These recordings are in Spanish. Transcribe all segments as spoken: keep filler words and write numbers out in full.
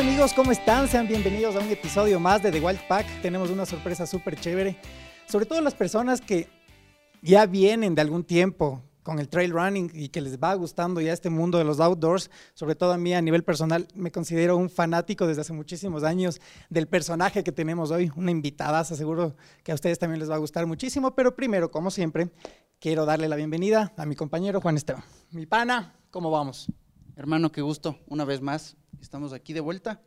amigos? ¿Cómo están? Sean bienvenidos a un episodio más de The Wild Pack. Tenemos una sorpresa súper chévere, sobre todo las personas que ya vienen de algún tiempo con el trail running y que les va gustando ya este mundo de los outdoors. Sobre todo a mí a nivel personal me considero un fanático desde hace muchísimos años del personaje que tenemos hoy, una invitada, seguro que a ustedes también les va a gustar muchísimo, pero primero, como siempre, quiero darle la bienvenida a mi compañero Juan Esteban. Mi pana, ¿cómo vamos? Hermano, qué gusto, una vez más, estamos aquí de vuelta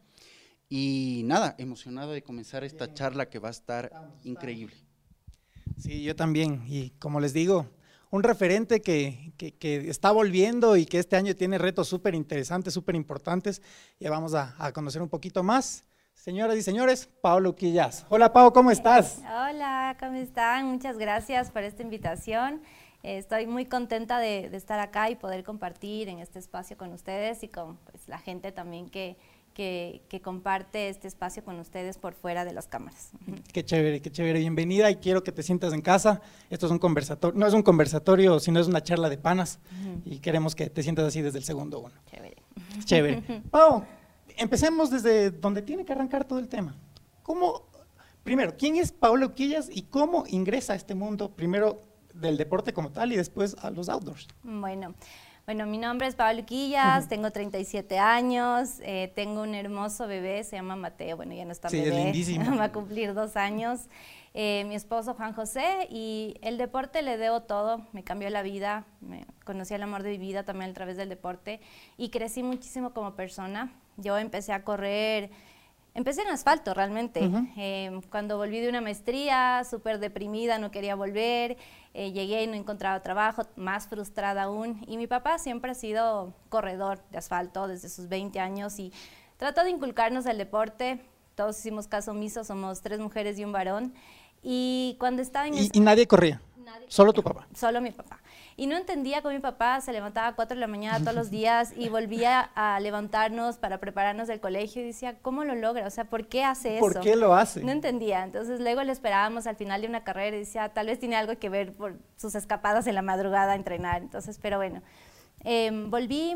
y nada, emocionado de comenzar esta Bien. charla que va a estar estamos, increíble. Estamos. Sí, yo también, y como les digo, un referente que, que, que está volviendo y que este año tiene retos súper interesantes, súper importantes, ya vamos a, a conocer un poquito más. Señoras y señores, Pau Quillas. Hola Pau, ¿cómo estás? Hola, ¿cómo están? Muchas gracias por esta invitación. Estoy muy contenta de, de estar acá y poder compartir en este espacio con ustedes y con pues, la gente también que, que, que comparte este espacio con ustedes por fuera de las cámaras. Qué chévere, qué chévere. Bienvenida y quiero que te sientas en casa. Esto es un conversatorio, no es un conversatorio, sino es una charla de panas uh-huh. y queremos que te sientas así desde el segundo uno. Chévere. Chévere. Pau, empecemos desde donde tiene que arrancar todo el tema. ¿Cómo, primero, quién es Paula Quillas y cómo ingresa a este mundo? Primero, del deporte como tal y después a los outdoors. Bueno, bueno mi nombre es Paula Quillas, uh-huh. tengo treinta y siete años, eh, tengo un hermoso bebé, se llama Mateo, bueno ya no está sí, bebé, es lindísimo. va a cumplir dos años, eh, mi esposo Juan José, y el deporte le debo todo, me cambió la vida, me conocí el amor de mi vida también a través del deporte y crecí muchísimo como persona. Yo empecé a correr. Empecé en asfalto realmente, uh-huh. eh, cuando volví de una maestría, súper deprimida, no quería volver, eh, llegué y no encontraba trabajo, más frustrada aún, y mi papá siempre ha sido corredor de asfalto desde sus veinte años y trató de inculcarnos el deporte, todos hicimos caso omiso, somos tres mujeres y un varón, y cuando estaba en... ¿Y, y nadie corría? Nadie ¿Solo corría, tu papá? Solo mi papá. Y no entendía cómo mi papá se levantaba a cuatro de la mañana todos los días y volvía a levantarnos para prepararnos del colegio y decía, ¿cómo lo logra? O sea, ¿por qué hace eso? ¿Por qué lo hace? No entendía. Entonces luego le esperábamos al final de una carrera y decía, tal vez tiene algo que ver por sus escapadas en la madrugada a entrenar. Entonces, pero bueno, eh, volví,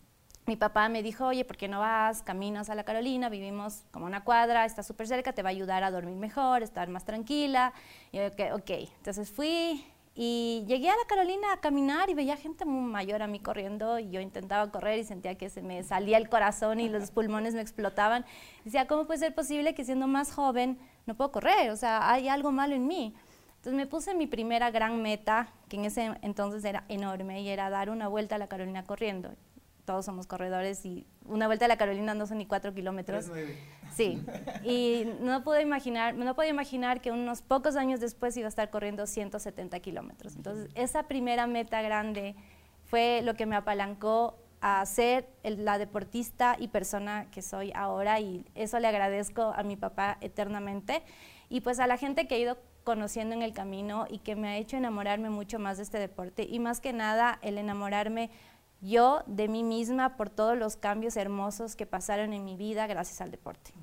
mi papá me dijo, oye, ¿por qué no vas? Caminas a la Carolina, vivimos como una cuadra, está súper cerca, te va a ayudar a dormir mejor, estar más tranquila. Y yo, ok, ok. Entonces fui. Y llegué a la Carolina a caminar y veía gente muy mayor a mí corriendo y yo intentaba correr y sentía que se me salía el corazón y los pulmones me explotaban. Decía, ¿cómo puede ser posible que siendo más joven no puedo correr? O sea, hay algo malo en mí. Entonces me puse mi primera gran meta, que en ese entonces era enorme, y era dar una vuelta a la Carolina corriendo. Todos somos corredores y una vuelta a la Carolina no son ni cuatro kilómetros. Sí, y no pude imaginar, no podía imaginar que unos pocos años después iba a estar corriendo ciento setenta kilómetros. Entonces, esa primera meta grande fue lo que me apalancó a ser el, la deportista y persona que soy ahora, y eso le agradezco a mi papá eternamente. Y pues a la gente que he ido conociendo en el camino y que me ha hecho enamorarme mucho más de este deporte, y más que nada el enamorarme yo de mí misma por todos los cambios hermosos que pasaron en mi vida gracias al deporte.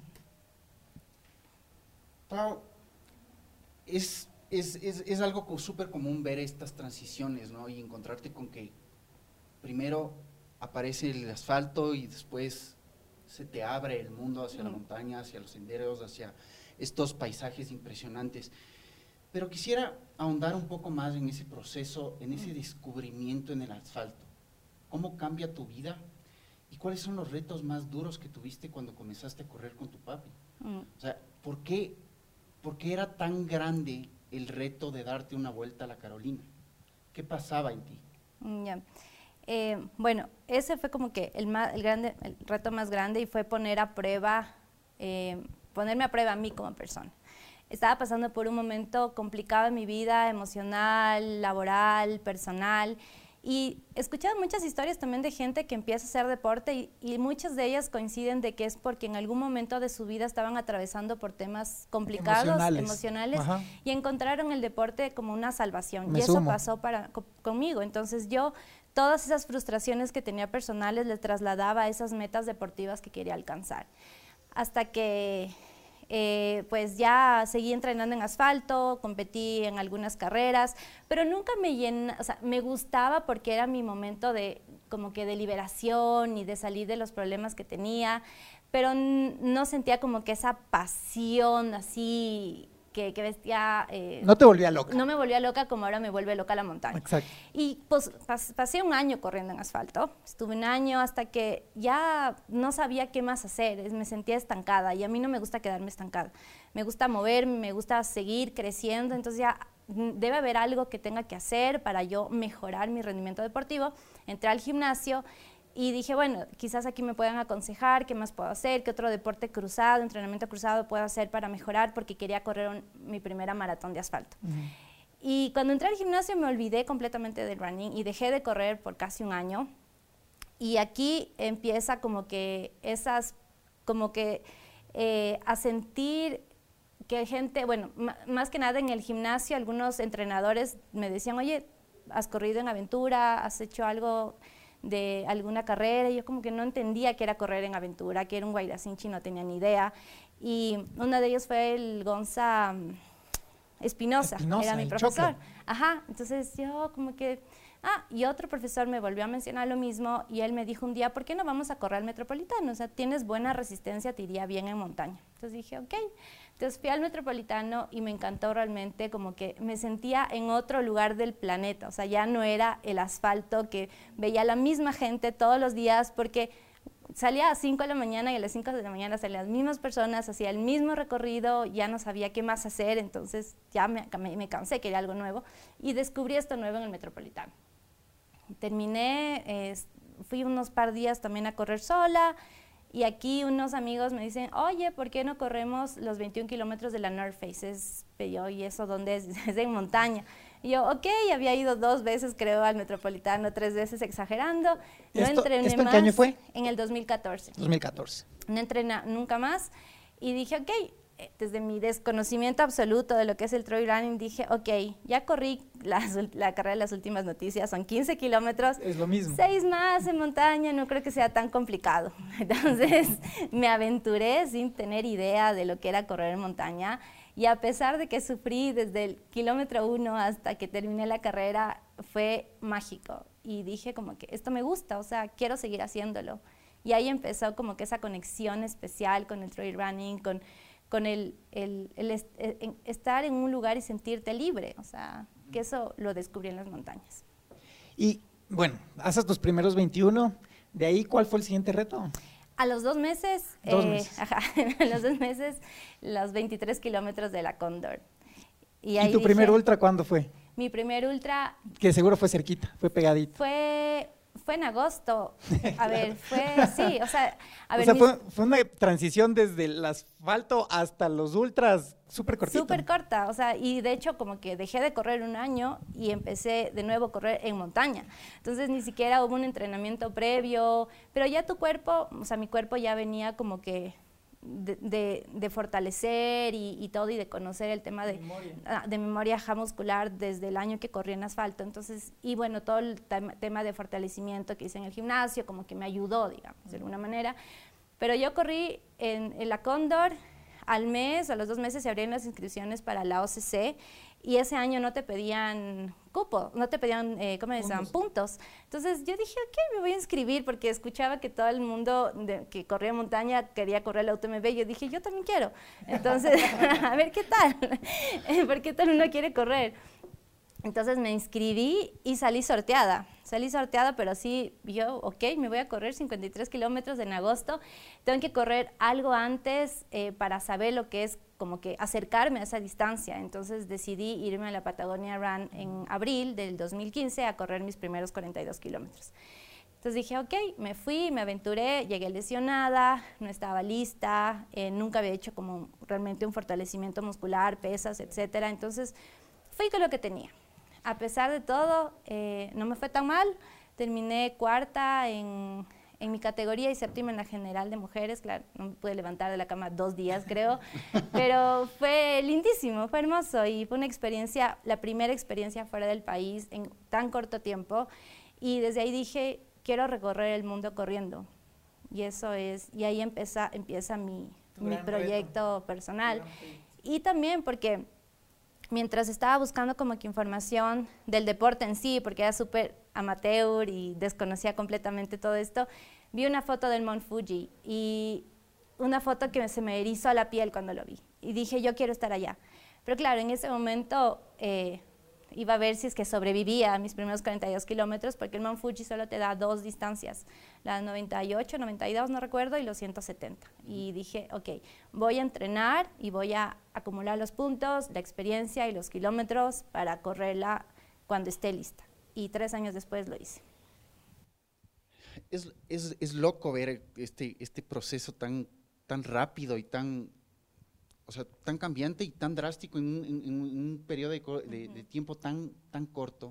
Pau, es, es, es, es algo súper común ver estas transiciones, ¿no? Y encontrarte con que primero aparece el asfalto y después se te abre el mundo hacia mm. la montaña, hacia los senderos, hacia estos paisajes impresionantes. Pero quisiera ahondar un poco más en ese proceso, en ese descubrimiento en el asfalto. ¿Cómo cambia tu vida? ¿Y cuáles son los retos más duros que tuviste cuando comenzaste a correr con tu papi? Mm. O sea, ¿por qué, ¿por qué era tan grande el reto de darte una vuelta a la Carolina? ¿Qué pasaba en ti? Mm, yeah. eh, bueno, ese fue como que el, más, el, grande, el reto más grande, y fue poner a prueba, eh, ponerme a prueba a mí como persona. Estaba pasando por un momento complicado en mi vida, emocional, laboral, personal, y escuchaba muchas historias también de gente que empieza a hacer deporte y, y muchas de ellas coinciden de que es porque en algún momento de su vida estaban atravesando por temas complicados, emocionales, emocionales y encontraron el deporte como una salvación. Me y eso sumo. pasó para, co conmigo. Entonces yo todas esas frustraciones que tenía personales les trasladaba a esas metas deportivas que quería alcanzar. Hasta que Eh, pues ya seguí entrenando en asfalto, competí en algunas carreras, pero nunca me llena, o sea, me gustaba porque era mi momento de como que de liberación y de salir de los problemas que tenía, pero no sentía como que esa pasión así que, que vestía... Eh, no te volvía loca. No me volvía loca como ahora me vuelve loca la montaña. Exacto. Y pues pas, pasé un año corriendo en asfalto, estuve un año hasta que ya no sabía qué más hacer, me sentía estancada y a mí no me gusta quedarme estancada. Me gusta moverme, me gusta seguir creciendo, entonces ya debe haber algo que tenga que hacer para yo mejorar mi rendimiento deportivo. Entré al gimnasio y dije, bueno, quizás aquí me puedan aconsejar qué más puedo hacer, qué otro deporte cruzado, entrenamiento cruzado puedo hacer para mejorar, porque quería correr un, mi primera maratón de asfalto. Uh-huh. Y cuando entré al gimnasio me olvidé completamente del running y dejé de correr por casi un año. Y aquí empieza como que esas, como que eh, a sentir que gente, bueno, más que nada en el gimnasio, algunos entrenadores me decían, oye, ¿has corrido en aventura? ¿Has hecho algo de alguna carrera? Y yo como que no entendía qué era correr en aventura, que era un Guairacinchi, no tenía ni idea. Y uno de ellos fue el Gonza Espinosa, era mi profesor. Choclo. Ajá, entonces yo como que... Ah, y otro profesor me volvió a mencionar lo mismo y él me dijo un día, ¿por qué no vamos a correr al Metropolitano? O sea, tienes buena resistencia, te iría bien en montaña. Entonces dije, ok. Entonces fui al Metropolitano y me encantó realmente, como que me sentía en otro lugar del planeta. O sea, ya no era el asfalto, que veía a la misma gente todos los días, porque salía a las cinco de la mañana y a las cinco de la mañana salían las mismas personas, hacía el mismo recorrido, ya no sabía qué más hacer, entonces ya me, me, me cansé, quería algo nuevo y descubrí esto nuevo en el Metropolitano. Terminé, eh, fui unos par días también a correr sola y aquí unos amigos me dicen, oye, ¿por qué no corremos los veintiún kilómetros de la North Face? Es, yo, ¿y eso dónde es? Es en montaña. Y yo, ok, había ido dos veces, creo, al Metropolitano, tres veces exagerando. No ¿Esto, entrené ¿esto en más. qué año fue? En el dos mil catorce. dos mil catorce. No entrené nunca más y dije, ok, desde mi desconocimiento absoluto de lo que es el trail running, dije, ok, ya corrí la, la carrera de las últimas noticias, son quince kilómetros. Es lo mismo. Seis más en montaña, no creo que sea tan complicado. Entonces me aventuré sin tener idea de lo que era correr en montaña y a pesar de que sufrí desde el kilómetro uno hasta que terminé la carrera, fue mágico. Y dije como que esto me gusta, o sea, quiero seguir haciéndolo. Y ahí empezó como que esa conexión especial con el trail running, con... con el, el, el, est el estar en un lugar y sentirte libre, o sea, que eso lo descubrí en las montañas. Y bueno, haces tus primeros veintiuno, de ahí, ¿cuál fue el siguiente reto? A los dos meses, dos eh, meses. Ajá, a los dos meses, los veintitrés kilómetros de la Cóndor. ¿Y, ahí ¿Y tu dije, primer ultra cuándo fue? Mi primer ultra... Que seguro fue cerquita, fue pegadito. Fue... Fue en agosto, a claro. ver, fue, sí, o sea, a ver. O sea, mis... fue, fue una transición desde el asfalto hasta los ultras súper cortita. Súper corta, o sea, y de hecho como que dejé de correr un año y empecé de nuevo a correr en montaña. Entonces ni siquiera hubo un entrenamiento previo, pero ya tu cuerpo, o sea, mi cuerpo ya venía como que de, de, de fortalecer y, y todo y de conocer el tema de memoria, de memoria muscular desde el año que corrí en asfalto. Entonces, y bueno, todo el tema, tema de fortalecimiento que hice en el gimnasio como que me ayudó, digamos, de alguna manera. Pero yo corrí en, en la Cóndor, al mes, a los dos meses se abrieron las inscripciones para la O C C y ese año no te pedían cupo, no te pedían, eh, ¿cómo decían? Puntos. Puntos. Entonces yo dije, ok, me voy a inscribir porque escuchaba que todo el mundo de, que corría montaña quería correr la U T M B y yo dije, yo también quiero. Entonces, a ver qué tal, ¿por qué todo el mundo quiere correr? Entonces me inscribí y salí sorteada, salí sorteada, pero sí, yo, ok, me voy a correr cincuenta y tres kilómetros en agosto, tengo que correr algo antes eh, para saber lo que es como que acercarme a esa distancia, entonces decidí irme a la Patagonia Run en abril del dos mil quince a correr mis primeros cuarenta y dos kilómetros. Entonces dije, ok, me fui, me aventuré, llegué lesionada, no estaba lista, eh, nunca había hecho como realmente un fortalecimiento muscular, pesas, etcétera, entonces fui con lo que tenía. A pesar de todo, eh, no me fue tan mal, terminé cuarta en, en mi categoría y séptima en la general de mujeres, claro, no me pude levantar de la cama dos días creo, pero fue lindísimo, fue hermoso y fue una experiencia, la primera experiencia fuera del país en tan corto tiempo y desde ahí dije, quiero recorrer el mundo corriendo y eso es, y ahí empieza, empieza mi, mi proyecto reto. personal y también porque mientras estaba buscando como que información del deporte en sí, porque era súper amateur y desconocía completamente todo esto, vi una foto del Mount Fuji y una foto que se me erizó la piel cuando lo vi. Y dije, yo quiero estar allá. Pero claro, en ese momento eh, iba a ver si es que sobrevivía a mis primeros cuarenta y dos kilómetros, porque el Mount Fuji solo te da dos distancias, la noventa y ocho, noventa y dos, no recuerdo, y los ciento setenta. Y dije, ok, voy a entrenar y voy a acumular los puntos, la experiencia y los kilómetros para correrla cuando esté lista. Y tres años después lo hice. Es, es, es loco ver este, este proceso tan, tan rápido y tan, o sea, tan cambiante y tan drástico en un, en, en un periodo de, de, de tiempo tan, tan corto.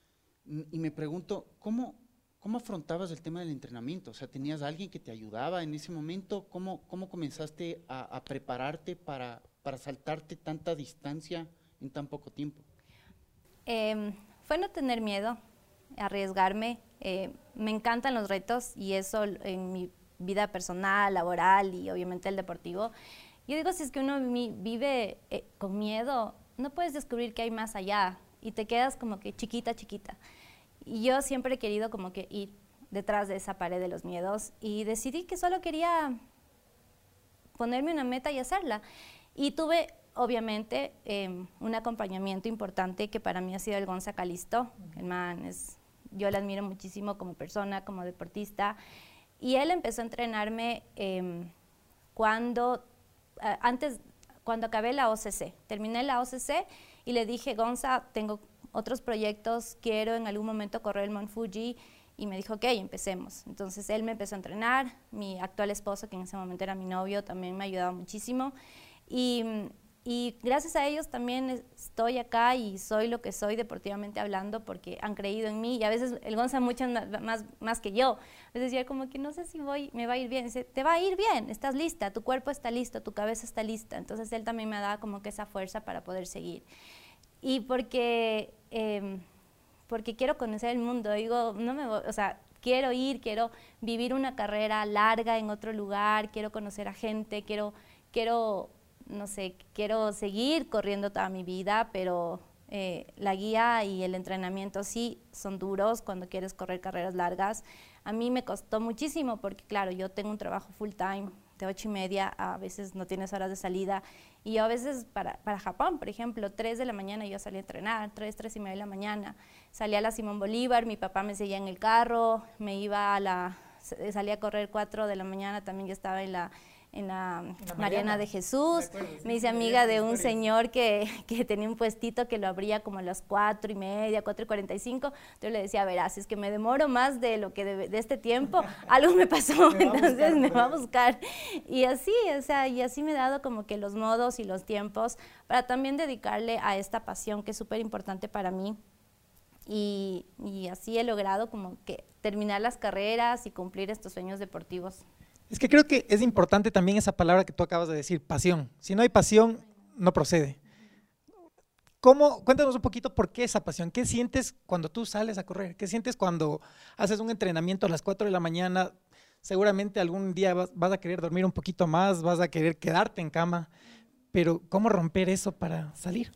Y me pregunto, ¿cómo, ¿cómo afrontabas el tema del entrenamiento? O sea, ¿tenías alguien que te ayudaba en ese momento? ¿Cómo, cómo comenzaste a, a prepararte para, para saltarte tanta distancia en tan poco tiempo? Eh, fue no tener miedo, arriesgarme. Eh, me encantan los retos y eso en mi vida personal, laboral y obviamente el deportivo. Yo digo, si es que uno vive eh, con miedo, no puedes descubrir que hay más allá y te quedas como que chiquita, chiquita. Y yo siempre he querido como que ir detrás de esa pared de los miedos y decidí que solo quería ponerme una meta y hacerla. Y tuve, obviamente, eh, un acompañamiento importante que para mí ha sido el Gonza Calisto. El man es, yo le admiro muchísimo como persona, como deportista. Y él empezó a entrenarme eh, cuando, eh, antes, cuando acabé la O C C. Terminé la O C C y le dije, Gonza, tengo otros proyectos, quiero en algún momento correr el Mount Fuji. Y me dijo, ok, empecemos. Entonces él me empezó a entrenar, mi actual esposo, que en ese momento era mi novio, también me ha ayudado muchísimo. Y, y gracias a ellos también estoy acá y soy lo que soy deportivamente hablando, porque han creído en mí. Y a veces el Gonza mucho más, más que yo. A veces decía como que no sé si voy, me va a ir bien. Dice, te va a ir bien, estás lista, tu cuerpo está listo, tu cabeza está lista. Entonces él también me ha dado como que esa fuerza para poder seguir. Y porque... Eh, porque quiero conocer el mundo, digo, no me voy, o sea, quiero ir, quiero vivir una carrera larga en otro lugar, quiero conocer a gente, quiero, quiero no sé, quiero seguir corriendo toda mi vida, pero eh, la guía y el entrenamiento sí son duros cuando quieres correr carreras largas. A mí me costó muchísimo porque, claro, yo tengo un trabajo full time, de ocho y media, a veces no tienes horas de salida, y yo a veces para, para Japón, por ejemplo, tres de la mañana yo salía a entrenar, tres, tres y media de la mañana, salía a la Simón Bolívar, mi papá me seguía en el carro, me iba a la, salía a correr cuatro de la mañana, también yo estaba en la, en la, en la Mariana, Mariana de Jesús, me, acuerdo, sí, me hice amiga de un historias. señor que, que tenía un puestito que lo abría como a las cuatro y media, cuatro y cuarenta y cinco, entonces le decía, verás, si es que me demoro más de lo que de, de este tiempo, algo me pasó, me entonces buscar, me va a buscar, y así, o sea, y así me he dado como que los modos y los tiempos para también dedicarle a esta pasión que es súper importante para mí, y, y así he logrado como que terminar las carreras y cumplir estos sueños deportivos. Es que creo que es importante también esa palabra que tú acabas de decir, pasión. Si no hay pasión, no procede. ¿Cómo? Cuéntanos un poquito por qué esa pasión. ¿Qué sientes cuando tú sales a correr? ¿Qué sientes cuando haces un entrenamiento a las cuatro de la mañana? Seguramente algún día vas, vas a querer dormir un poquito más, vas a querer quedarte en cama, pero ¿cómo romper eso para salir?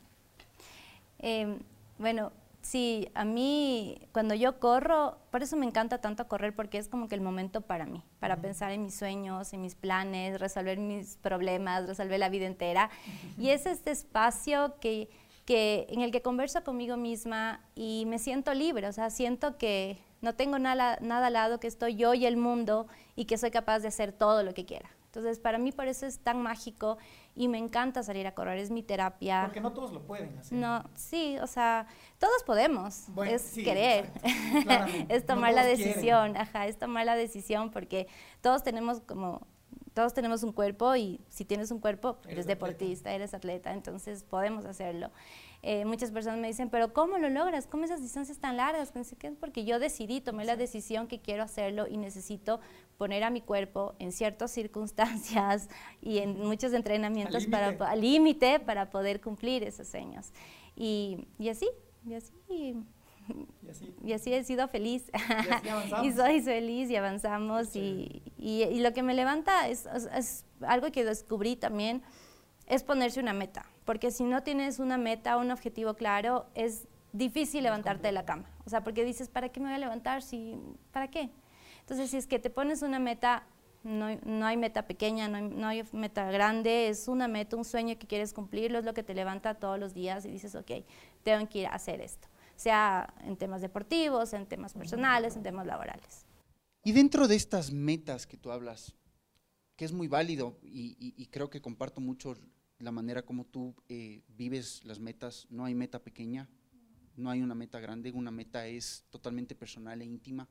Eh, bueno, sí, a mí cuando yo corro, por eso me encanta tanto correr, porque es como que el momento para mí, para uh-huh. pensar en mis sueños, en mis planes, resolver mis problemas, resolver la vida entera. Uh-huh. Y es este espacio que, que, en el que converso conmigo misma y me siento libre, o sea, siento que no tengo nada, nada al lado, que estoy yo y el mundo y que soy capaz de hacer todo lo que quiera. Entonces, para mí por eso es tan mágico y me encanta salir a correr, es mi terapia. Porque no todos lo pueden hacer. No, sí, o sea, todos podemos, bueno, es sí, querer, es tomar no la decisión, ajá, es tomar la decisión porque todos tenemos como, todos tenemos un cuerpo y si tienes un cuerpo, eres, eres deportista, atleta. eres atleta, entonces podemos hacerlo. Eh, muchas personas me dicen, pero ¿cómo lo logras? ¿Cómo esas distancias tan largas? Pensé que es porque yo decidí, tomé la decisión que quiero hacerlo y necesito poner a mi cuerpo en ciertas circunstancias y en muchos entrenamientos al para, al límite para poder cumplir esos sueños. Y, y así, y así, y así, y así he sido feliz. Y, y soy feliz y avanzamos. Sí. Y, y, y lo que me levanta es, es, es algo que descubrí también, es ponerse una meta, porque si no tienes una meta, un objetivo claro, es difícil levantarte de la cama. O sea, porque dices, ¿para qué me voy a levantar? Si, ¿para qué? Entonces, si es que te pones una meta no, no hay meta pequeña, no hay, no hay meta grande, es una meta, un sueño que quieres cumplirlo, es lo que te levanta todos los días y dices, ok, tengo que ir a hacer esto, sea en temas deportivos, en temas personales, en temas laborales. Y dentro de estas metas que tú hablas, que es muy válido y, y, y creo que comparto mucho la manera como tú eh, vives las metas, no hay meta pequeña, no hay una meta grande, una meta es totalmente personal e íntima.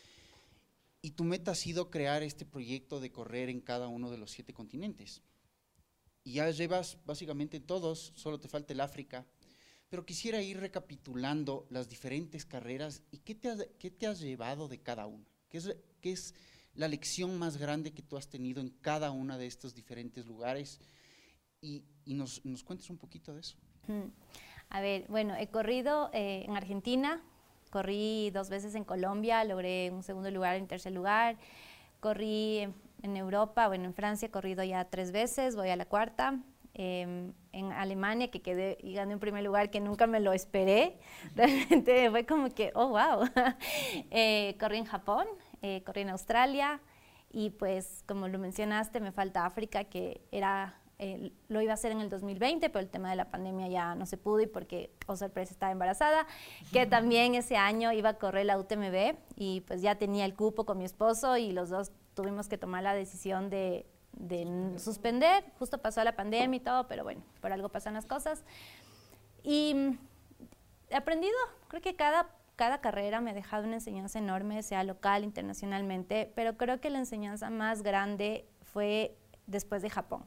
Y tu meta ha sido crear este proyecto de correr en cada uno de los siete continentes. Y ya llevas básicamente todos, solo te falta el África, pero quisiera ir recapitulando las diferentes carreras y qué te, ha, qué te has llevado de cada una. ¿Qué es, qué es la lección más grande que tú has tenido en cada una de estos diferentes lugares? Y, y nos, nos cuentes un poquito de eso. Hmm. A ver, bueno, he corrido eh, en Argentina, corrí dos veces en Colombia, logré un segundo lugar, en tercer lugar, corrí en, en Europa, bueno, en Francia he corrido ya tres veces, voy a la cuarta, eh, en Alemania que quedé y gané un primer lugar que nunca me lo esperé, realmente fue como que, oh, wow, eh, corrí en Japón, eh, corrí en Australia y pues como lo mencionaste me falta África que era... Eh, lo iba a hacer en el dos mil veinte, pero el tema de la pandemia ya no se pudo y porque, oh sorpresa, estaba embarazada, que también ese año iba a correr la U T M B y pues ya tenía el cupo con mi esposo y los dos tuvimos que tomar la decisión de, de suspender, justo pasó la pandemia y todo, pero bueno, por algo pasan las cosas. Y he aprendido, creo que cada, cada carrera me ha dejado una enseñanza enorme, sea local, internacionalmente, pero creo que la enseñanza más grande fue después de Japón.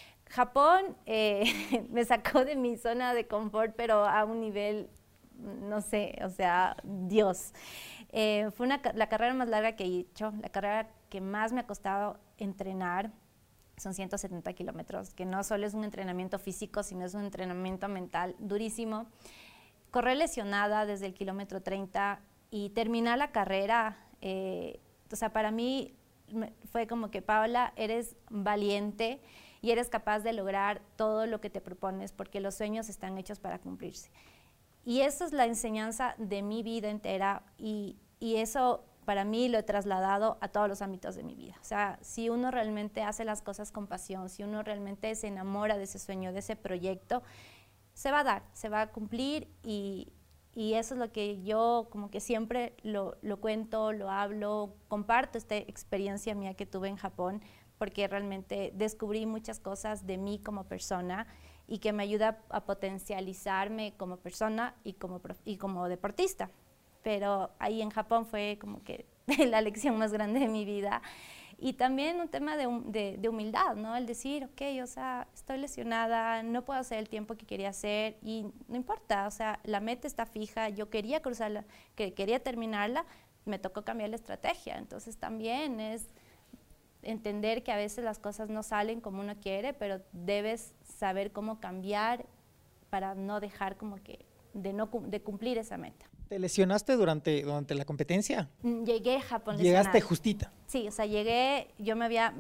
Japón eh, me sacó de mi zona de confort, pero a un nivel, no sé, o sea, Dios. Eh, fue una, la carrera más larga que he hecho, la carrera que más me ha costado entrenar, son ciento setenta kilómetros, que no solo es un entrenamiento físico, sino es un entrenamiento mental durísimo. Correr lesionada desde el kilómetro treinta y terminar la carrera, eh, o sea, para mí fue como que, Paola, eres valiente, y eres capaz de lograr todo lo que te propones porque los sueños están hechos para cumplirse. Y eso es la enseñanza de mi vida entera y, y eso para mí lo he trasladado a todos los ámbitos de mi vida. O sea, si uno realmente hace las cosas con pasión, si uno realmente se enamora de ese sueño, de ese proyecto, se va a dar, se va a cumplir y, y eso es lo que yo como que siempre lo, lo cuento, lo hablo, comparto esta experiencia mía que tuve en Japón, porque realmente descubrí muchas cosas de mí como persona y que me ayuda a potencializarme como persona y como, y como deportista. Pero ahí en Japón fue como que la lección más grande de mi vida. Y también un tema de, de, de humildad, ¿no? El decir, ok, o sea, estoy lesionada, no puedo hacer el tiempo que quería hacer y no importa, o sea, la meta está fija, yo quería cruzarla, que quería terminarla, me tocó cambiar la estrategia. Entonces también es entender que a veces las cosas no salen como uno quiere, pero debes saber cómo cambiar para no dejar como que de no de cumplir esa meta. ¿Te lesionaste durante, durante la competencia? Llegué a Japón ¿Llegaste lesionada. justita? Sí, o sea, llegué, yo me había,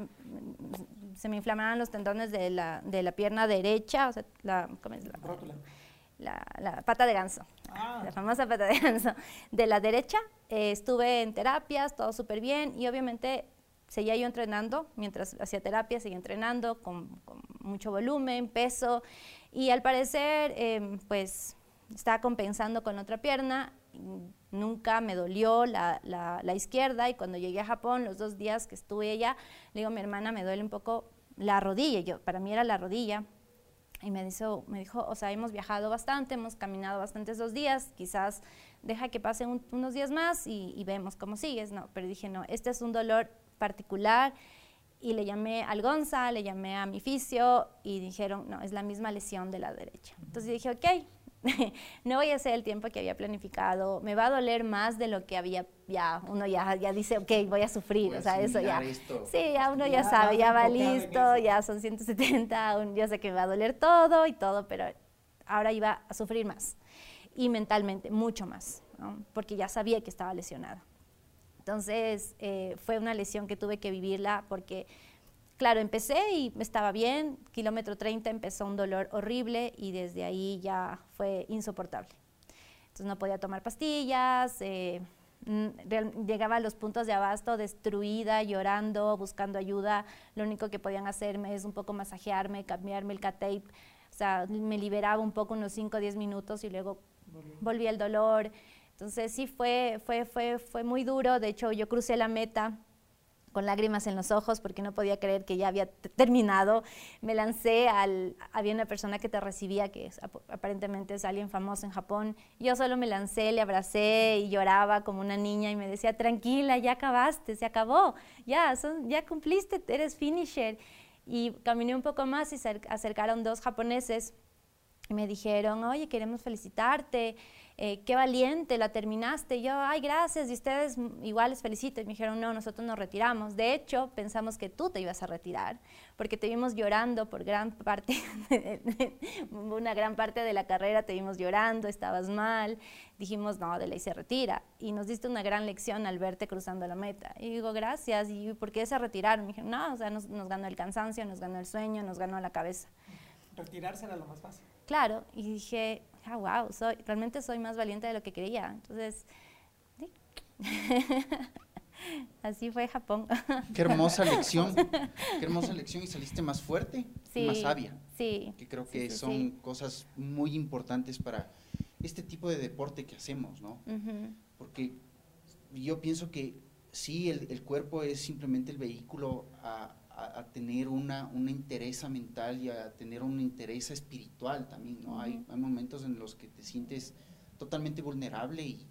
se me inflamaban los tendones de la, de la pierna derecha, o sea, la, ¿cómo es? La, la, la pata de ganso, ah. la famosa pata de ganso de la derecha. Eh, estuve en terapias, todo súper bien y obviamente seguía yo entrenando, mientras hacía terapia, seguía entrenando con, con mucho volumen, peso, y al parecer, eh, pues, estaba compensando con otra pierna, nunca me dolió la, la, la izquierda, y cuando llegué a Japón, los dos días que estuve allá, le digo a mi hermana, me duele un poco la rodilla, yo, para mí era la rodilla, y me dijo, me dijo, o sea, hemos viajado bastante, hemos caminado bastantes dos días, quizás deja que pasen un, unos días más y, y vemos cómo sigues, no, pero dije, no, este es un dolor particular, y le llamé al Gonza, le llamé a mi fisio y dijeron, no, es la misma lesión de la derecha. Entonces dije, ok, no voy a hacer el tiempo que había planificado, me va a doler más de lo que había, ya uno ya, ya dice, ok, voy a sufrir, voy a o sea, eso ya, esto. sí, ya uno ya ya sabe, ya va listo, en ya son ciento setenta, un, yo sé que me va a doler todo y todo, pero ahora iba a sufrir más, y mentalmente mucho más, ¿no? Porque ya sabía que estaba lesionada. Entonces, eh, fue una lesión que tuve que vivirla porque, claro, empecé y estaba bien, kilómetro treinta empezó un dolor horrible y desde ahí ya fue insoportable. Entonces no podía tomar pastillas, eh, Real, llegaba a los puntos de abasto destruida, llorando, buscando ayuda. Lo único que podían hacerme es un poco masajearme, cambiarme el K-tape. O sea, me liberaba un poco unos cinco o diez minutos y luego volvía el dolor. Entonces sí fue, fue, fue, fue muy duro. De hecho, yo crucé la meta con lágrimas en los ojos porque no podía creer que ya había terminado. Me lancé al... Había una persona que te recibía, que es, aparentemente es alguien famoso en Japón. Yo solo me lancé, le abracé y lloraba como una niña y me decía, tranquila, ya acabaste, se acabó, ya, son, ya cumpliste, eres finisher. Y caminé un poco más y se acercaron dos japoneses y me dijeron, oye, queremos felicitarte, eh, qué valiente, la terminaste. Y yo, ay, gracias, y ustedes igual les felicito. Y me dijeron, no, nosotros nos retiramos. De hecho, pensamos que tú te ibas a retirar, porque te vimos llorando por gran parte, una gran parte de la carrera te vimos llorando, estabas mal. Dijimos, no, de ley se retira. Y nos diste una gran lección al verte cruzando la meta. Y digo, gracias, ¿y por qué se retiraron? Me dijeron, no, o sea, nos, nos ganó el cansancio, nos ganó el sueño, nos ganó la cabeza. Retirarse era lo más fácil. Claro, y dije, ah, wow, soy, realmente soy más valiente de lo que creía. Entonces, sí. Así fue Japón. Qué hermosa lección, qué hermosa lección, y saliste más fuerte, sí, y más sabia. Sí. Que creo que sí, sí, son sí. cosas muy importantes para este tipo de deporte que hacemos, ¿no? Uh-huh. Porque yo pienso que sí, el, el cuerpo es simplemente el vehículo a, a, a tener una, una interés mental y a tener una interés espiritual también, ¿no? Uh-huh. Hay, hay momentos en los que te sientes totalmente vulnerable y,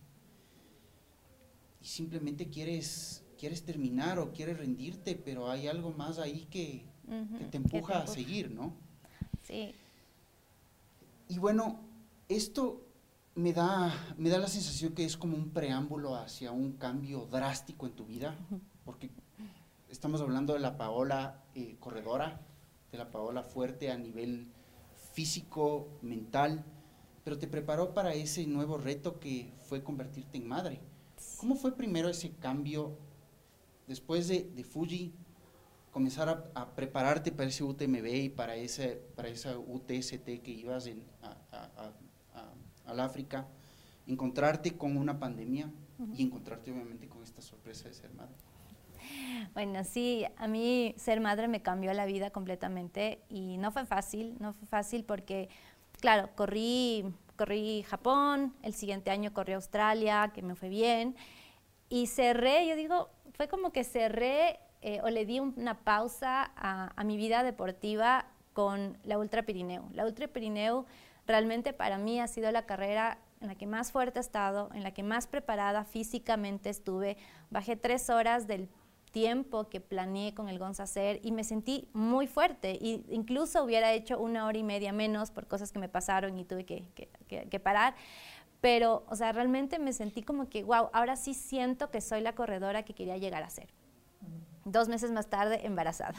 y simplemente quieres, quieres terminar o quieres rendirte, pero hay algo más ahí que, uh-huh. que te empuja, que te empuja a seguir, ¿no? Sí. Y bueno, esto me da, me da la sensación que es como un preámbulo hacia un cambio drástico en tu vida, porque estamos hablando de la Paola eh, corredora, de la Paola fuerte a nivel físico, mental, pero te preparó para ese nuevo reto que fue convertirte en madre. ¿Cómo fue primero ese cambio después de, de Fuji, comenzar a, a prepararte para ese U T M B y para, ese, para esa U T S T que ibas en, a, a, a, a, al África, encontrarte con una pandemia uh-huh. y encontrarte obviamente con esta sorpresa de ser madre? Bueno, sí, a mí ser madre me cambió la vida completamente y no fue fácil, no fue fácil porque, claro, corrí, corrí Japón, el siguiente año corrí Australia, que me fue bien, y cerré, yo digo, fue como que cerré eh, o le di una pausa a, a mi vida deportiva con la Ultra Pirineo. La Ultra Pirineo realmente para mí ha sido la carrera en la que más fuerte he estado, en la que más preparada físicamente estuve. Bajé tres horas del tiempo que planeé con el Gonza hacer y me sentí muy fuerte. Y incluso hubiera hecho una hora y media menos por cosas que me pasaron y tuve que, que, que, que parar. Pero, o sea, realmente me sentí como que, wow, ahora sí siento que soy la corredora que quería llegar a ser. Dos meses más tarde, embarazada.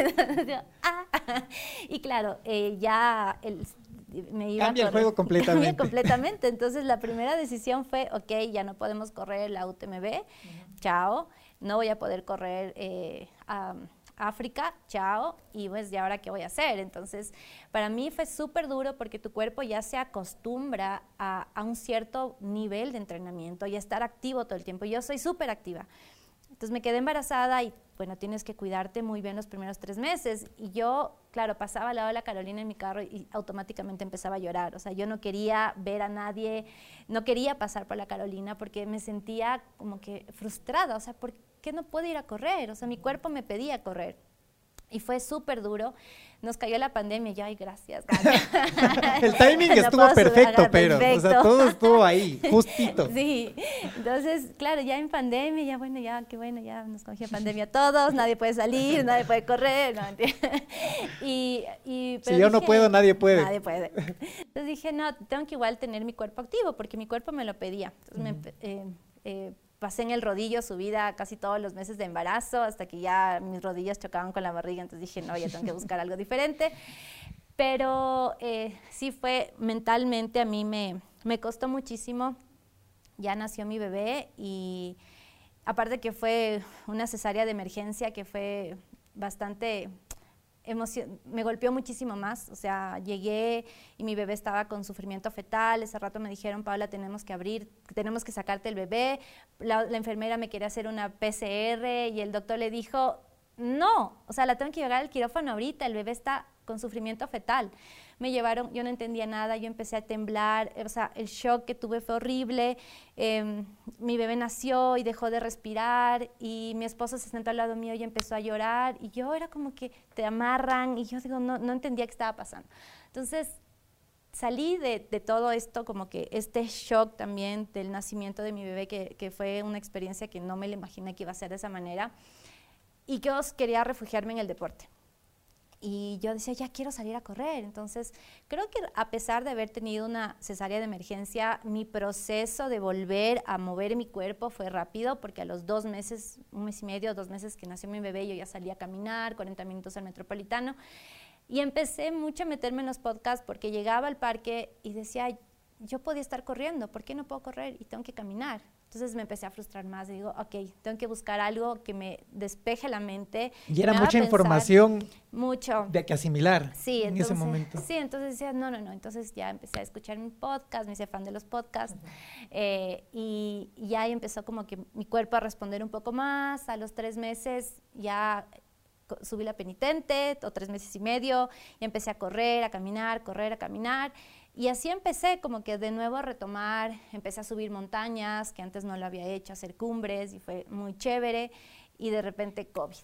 Y claro, eh, ya el, me iba Cambia a correr, el juego completamente. Cambia completamente. Entonces, la primera decisión fue, ok, ya no podemos correr la U T M B, uh-huh. chao. No voy a poder correr eh, a África, chao. Y pues, ¿y ahora qué voy a hacer? Entonces, para mí fue súper duro porque tu cuerpo ya se acostumbra a, a un cierto nivel de entrenamiento y a estar activo todo el tiempo. Yo soy súper activa. Entonces me quedé embarazada y, bueno, tienes que cuidarte muy bien los primeros tres meses. Y yo, claro, pasaba al lado de la Carolina en mi carro y automáticamente empezaba a llorar. O sea, yo no quería ver a nadie, no quería pasar por la Carolina porque me sentía como que frustrada. O sea, ¿por qué no puedo ir a correr? O sea, mi cuerpo me pedía correr. Y fue súper duro. Nos cayó la pandemia y yo, ay, gracias. El timing no estuvo perfecto, haga, pero, perfecto. O sea, todo estuvo ahí, justito. Sí, entonces, claro, ya en pandemia, ya bueno, ya, qué bueno, ya nos cogió pandemia a todos, nadie puede salir, nadie puede correr, no, y, y, pero si yo dije, no puedo, nadie puede. Nadie puede. Entonces dije, no, tengo que igual tener mi cuerpo activo, porque mi cuerpo me lo pedía. Entonces, uh-huh. me, eh, eh, pasé en el rodillo subida casi todos los meses de embarazo, hasta que ya mis rodillas chocaban con la barriga, entonces dije, no, ya tengo que buscar algo diferente. Pero eh, sí fue, mentalmente a mí me, me costó muchísimo. Ya nació mi bebé y aparte que fue una cesárea de emergencia que fue bastante emocio- me golpeó muchísimo más, o sea, llegué y mi bebé estaba con sufrimiento fetal, ese rato me dijeron, Paula, tenemos que abrir, tenemos que sacarte el bebé, la, la enfermera me quería hacer una P C R y el doctor le dijo, no, o sea, la tengo que llevar al quirófano ahorita, el bebé está con sufrimiento fetal. Me llevaron, yo no entendía nada, yo empecé a temblar, o sea, el shock que tuve fue horrible, eh, mi bebé nació y dejó de respirar y mi esposo se sentó al lado mío y empezó a llorar y yo era como que te amarran y yo digo, no, no entendía qué estaba pasando. Entonces, salí de, de todo esto, como que este shock también del nacimiento de mi bebé, que, que fue una experiencia que no me la imaginé que iba a ser de esa manera, y que yo quería refugiarme en el deporte. Y yo decía, ya quiero salir a correr. Entonces, creo que a pesar de haber tenido una cesárea de emergencia, mi proceso de volver a mover mi cuerpo fue rápido, porque a los dos meses, un mes y medio, dos meses que nació mi bebé, yo ya salí a caminar, cuarenta minutos al Metropolitano. Y empecé mucho a meterme en los podcasts, porque llegaba al parque y decía, yo podía estar corriendo, ¿por qué no puedo correr? Y tengo que caminar. Entonces me empecé a frustrar más y digo, ok, tengo que buscar algo que me despeje la mente. Y era me haga mucha pensar información mucho. de que asimilar Sí, en entonces, ese momento. Sí, entonces decía, no, no, no. Entonces ya empecé a escuchar mi podcast, me hice fan de los podcasts. Uh-huh. eh, y, y ya empezó como que mi cuerpo a responder un poco más. A los tres meses ya subí la penitente, o tres meses y medio, y empecé a correr, a caminar, correr, a caminar. Y así empecé como que de nuevo a retomar, empecé a subir montañas, que antes no lo había hecho, a hacer cumbres, y fue muy chévere, y de repente COVID.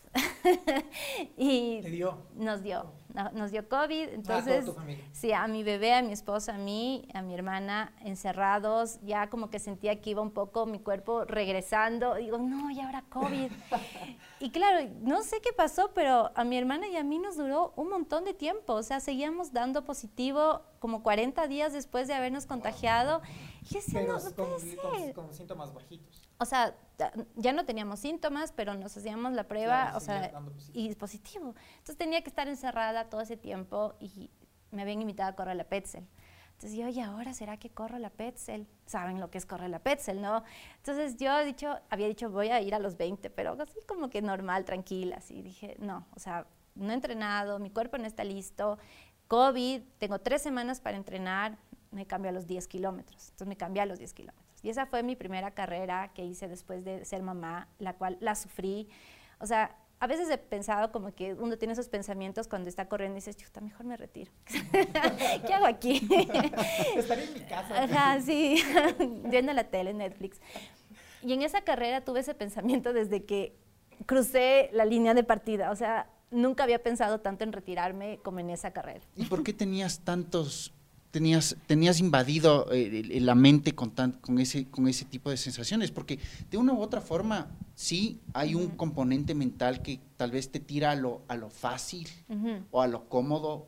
y ¿Te dio? Nos dio, no, nos dio COVID, entonces, ah, toda tu familia. Sí, a mi bebé, a mi esposa, a mí, a mi hermana, encerrados, ya como que sentía que iba un poco mi cuerpo regresando, digo, no, y ahora COVID. Y claro, no sé qué pasó, pero a mi hermana y a mí nos duró un montón de tiempo, o sea, seguíamos dando positivo como cuarenta días después de habernos contagiado. Y decía, pero no, no con, puede ser. Con, con síntomas bajitos. O sea, ya no teníamos síntomas, pero nos hacíamos la prueba, claro, o sea, positivo. y positivo. Entonces tenía que estar encerrada todo ese tiempo y me habían invitado a correr la Petzl. Entonces yo, ¿y ahora será que corro la Petzl? Saben lo que es correr la Petzl, ¿no? Entonces yo he dicho, había dicho, voy a ir a los veinte, pero así como que normal, tranquila, así. Dije, no, o sea, no he entrenado, mi cuerpo no está listo, COVID, tengo tres semanas para entrenar, me cambio a los diez kilómetros. Entonces me cambié a los diez kilómetros. Y esa fue mi primera carrera que hice después de ser mamá, la cual la sufrí. O sea, a veces he pensado como que uno tiene esos pensamientos cuando está corriendo y dices, chuta, mejor me retiro. ¿Qué hago aquí? Estaré en mi casa. Ajá, sí, viendo la tele, Netflix. Y en esa carrera tuve ese pensamiento desde que crucé la línea de partida. O sea, nunca había pensado tanto en retirarme como en esa carrera. ¿Y por qué tenías tantos... Tenías, tenías invadido eh, la mente con, tan, con, ese, con ese tipo de sensaciones? Porque de una u otra forma, sí hay un uh-huh. componente mental que tal vez te tira a lo, a lo fácil uh-huh. o a lo cómodo,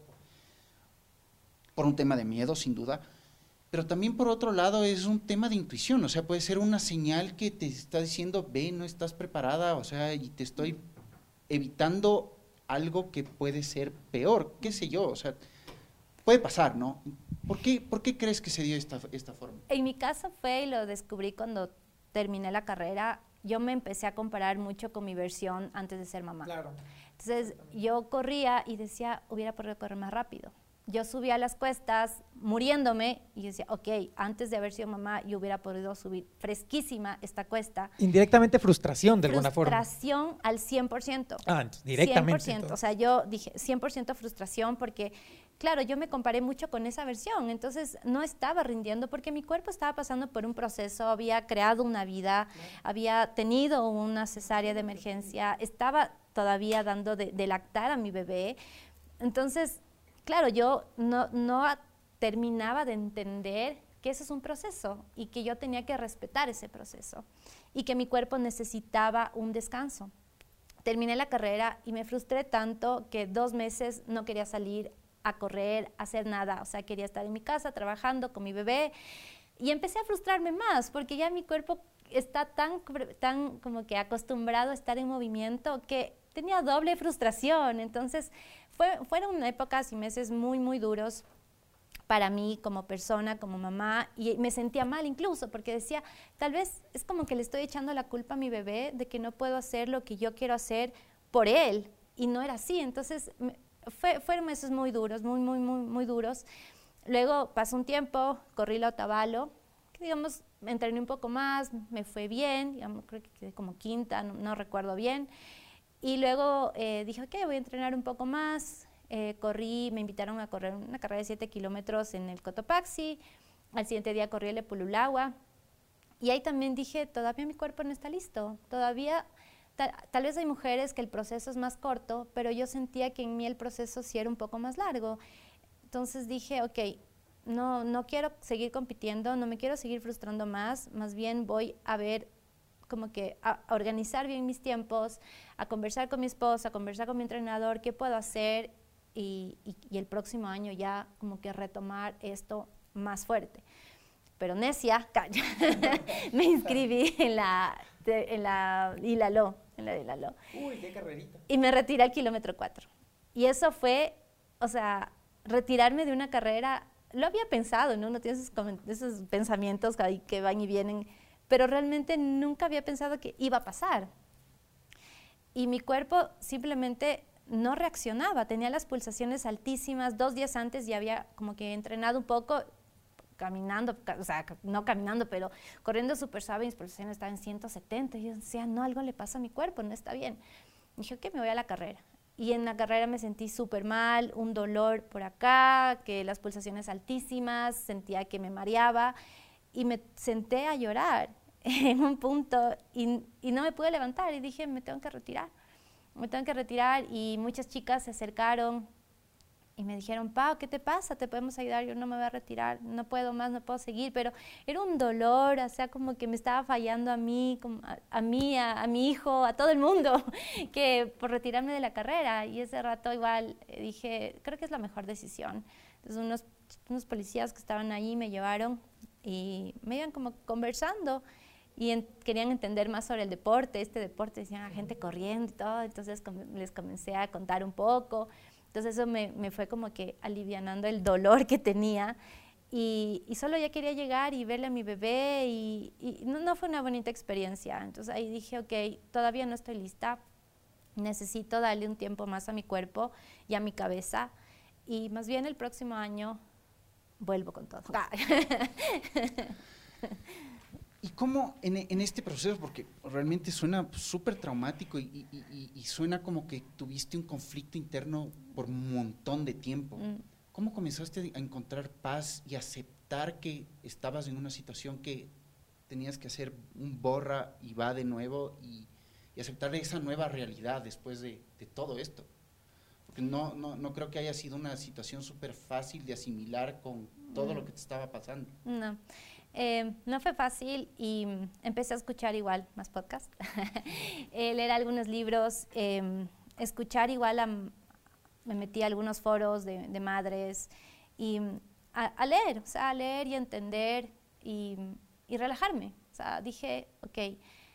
por un tema de miedo, sin duda, pero también por otro lado es un tema de intuición, o sea, puede ser una señal que te está diciendo, ve, no estás preparada, o sea, y te estoy evitando algo que puede ser peor, qué sé yo, o sea, puede pasar, ¿no? ¿Por qué, ¿Por qué crees que se dio esta, esta forma? En mi caso fue, y lo descubrí cuando terminé la carrera, yo me empecé a comparar mucho con mi versión antes de ser mamá. Claro. Entonces, yo corría y decía, hubiera podido correr más rápido. Yo subía las cuestas muriéndome y decía, ok, antes de haber sido mamá, yo hubiera podido subir fresquísima esta cuesta. Indirectamente frustración de alguna forma. Frustración al cien por ciento. Ah, entonces, directamente. cien por ciento. O sea, yo dije cien por ciento frustración porque, claro, yo me comparé mucho con esa versión, entonces no estaba rindiendo porque mi cuerpo estaba pasando por un proceso, había creado una vida, había tenido una cesárea de emergencia, estaba todavía dando de, de lactar a mi bebé. Entonces, claro, yo no, no terminaba de entender que eso es un proceso y que yo tenía que respetar ese proceso y que mi cuerpo necesitaba un descanso. Terminé la carrera y me frustré tanto que dos meses no quería salir a correr, a hacer nada, o sea, quería estar en mi casa trabajando con mi bebé y empecé a frustrarme más porque ya mi cuerpo está tan, tan como que acostumbrado a estar en movimiento que tenía doble frustración. Entonces fue, fueron épocas y meses muy muy duros para mí como persona, como mamá, y me sentía mal incluso porque decía, tal vez es como que le estoy echando la culpa a mi bebé de que no puedo hacer lo que yo quiero hacer por él, y no era así. Entonces me, fue, fueron meses muy duros, muy, muy, muy, muy duros. Luego pasó un tiempo, corrí la Otavalo, que digamos, entrené un poco más, me fue bien, digamos, creo que quedé como quinta, no, no recuerdo bien. Y luego eh, dije, ok, voy a entrenar un poco más. Eh, corrí, me invitaron a correr una carrera de siete kilómetros en el Cotopaxi. Al siguiente día corrí el Epululagua. Y ahí también dije, todavía mi cuerpo no está listo. Todavía, ta, tal vez hay mujeres que el proceso es más corto, pero yo sentía que en mí el proceso sí era un poco más largo. Entonces dije, ok, no, no quiero seguir compitiendo, no me quiero seguir frustrando más, más bien voy a ver como que a, a organizar bien mis tiempos, a conversar con mi esposa, a conversar con mi entrenador, qué puedo hacer y, y, y el próximo año ya como que retomar esto más fuerte. Pero necia, calla, me inscribí en la, de, en la Ilaló, en la de Ilaló. Uy, qué carrerita. Y me retiré al kilómetro cuatro. Y eso fue, o sea, retirarme de una carrera, lo había pensado, ¿no? Uno tiene esos, esos pensamientos ahí que van y vienen, pero realmente nunca había pensado que iba a pasar. Y mi cuerpo simplemente no reaccionaba, tenía las pulsaciones altísimas, dos días antes ya había como que entrenado un poco, caminando, o sea, no caminando, pero corriendo súper suave, mis pulsaciones estaban en ciento setenta, y yo decía, no, algo le pasa a mi cuerpo, no está bien. Y dije, ok, me voy a la carrera. Y en la carrera me sentí súper mal, un dolor por acá, que las pulsaciones altísimas, sentía que me mareaba y me senté a llorar en un punto y, y no me pude levantar y dije, me tengo que retirar, me tengo que retirar y muchas chicas se acercaron y me dijeron, Pau, ¿qué te pasa? ¿Te podemos ayudar? Yo no me voy a retirar, no puedo más, no puedo seguir, pero era un dolor, o sea, como que me estaba fallando a mí, como a, a mí, a, a mi hijo, a todo el mundo, que por retirarme de la carrera. Y ese rato igual eh, dije, creo que es la mejor decisión. Entonces unos, unos policías que estaban ahí me llevaron y me iban como conversando y en, querían entender más sobre el deporte, este deporte, decían, ah, gente corriendo y todo, entonces com les comencé a contar un poco. Entonces eso me, me fue como que alivianando el dolor que tenía y, y solo ya quería llegar y verle a mi bebé y, y no, no fue una bonita experiencia. Entonces ahí dije, ok, todavía no estoy lista, necesito darle un tiempo más a mi cuerpo y a mi cabeza y más bien el próximo año vuelvo con todo. ¿Y cómo en, en este proceso, porque realmente suena súper traumático y, y, y, y suena como que tuviste un conflicto interno por un montón de tiempo, mm. ¿cómo comenzaste a encontrar paz y aceptar que estabas en una situación que tenías que hacer un borra y va de nuevo y, y aceptar esa nueva realidad después de, de todo esto? Porque no, no, no creo que haya sido una situación súper fácil de asimilar con todo mm. lo que te estaba pasando. No. Eh, no fue fácil y empecé a escuchar igual más podcasts, eh, leer algunos libros, eh, escuchar igual, a, me metí a algunos foros de, de madres y a, a leer, o sea, a leer y entender y, y relajarme. O sea, dije, ok,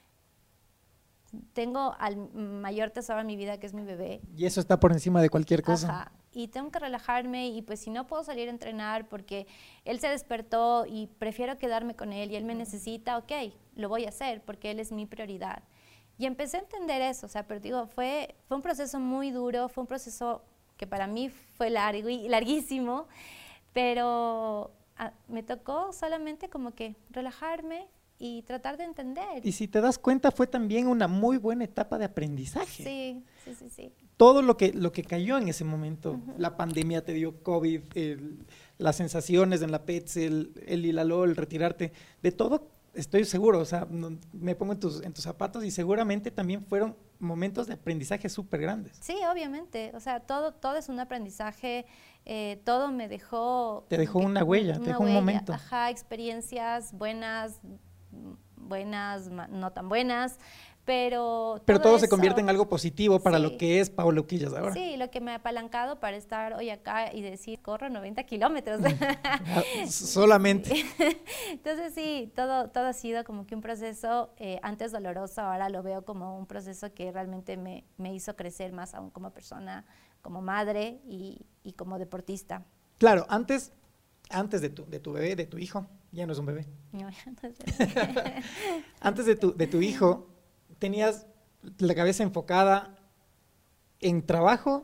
tengo al mayor tesoro en mi vida que es mi bebé. Y eso está por encima de cualquier cosa. Ajá. Y tengo que relajarme y pues si no puedo salir a entrenar porque él se despertó y prefiero quedarme con él y él me necesita, ok, lo voy a hacer porque él es mi prioridad. Y empecé a entender eso, o sea, pero digo, fue, fue un proceso muy duro, fue un proceso que para mí fue largo y larguísimo, pero a, me tocó solamente como que relajarme y tratar de entender. Y si te das cuenta, fue también una muy buena etapa de aprendizaje. Sí, sí, sí, sí. Todo lo que, lo que cayó en ese momento, Uh-huh. la pandemia te dio COVID, el, las sensaciones en la P E T S, el, el Ilaló, el retirarte, de todo estoy seguro, o sea, no, me pongo en tus, en tus zapatos y seguramente también fueron momentos de aprendizaje súper grandes. Sí, obviamente, o sea, todo, todo es un aprendizaje, eh, todo me dejó... Te dejó una huella, una te dejó huella, un momento. Ajá, experiencias buenas, buenas, no tan buenas, pero... Pero todo, todo eso, se convierte en algo positivo para sí, lo que es Paola Uquillas ahora. Sí, lo que me ha apalancado para estar hoy acá y decir, corro noventa kilómetros. Solamente. Entonces sí, todo, todo ha sido como que un proceso, eh, antes doloroso, ahora lo veo como un proceso que realmente me, me hizo crecer más aún como persona, como madre y, y como deportista. Claro, antes, antes de, tu, de tu bebé, de tu hijo, ya no es un bebé. No, ya no es bebé. Antes de tu, de tu hijo, tenías la cabeza enfocada en trabajo,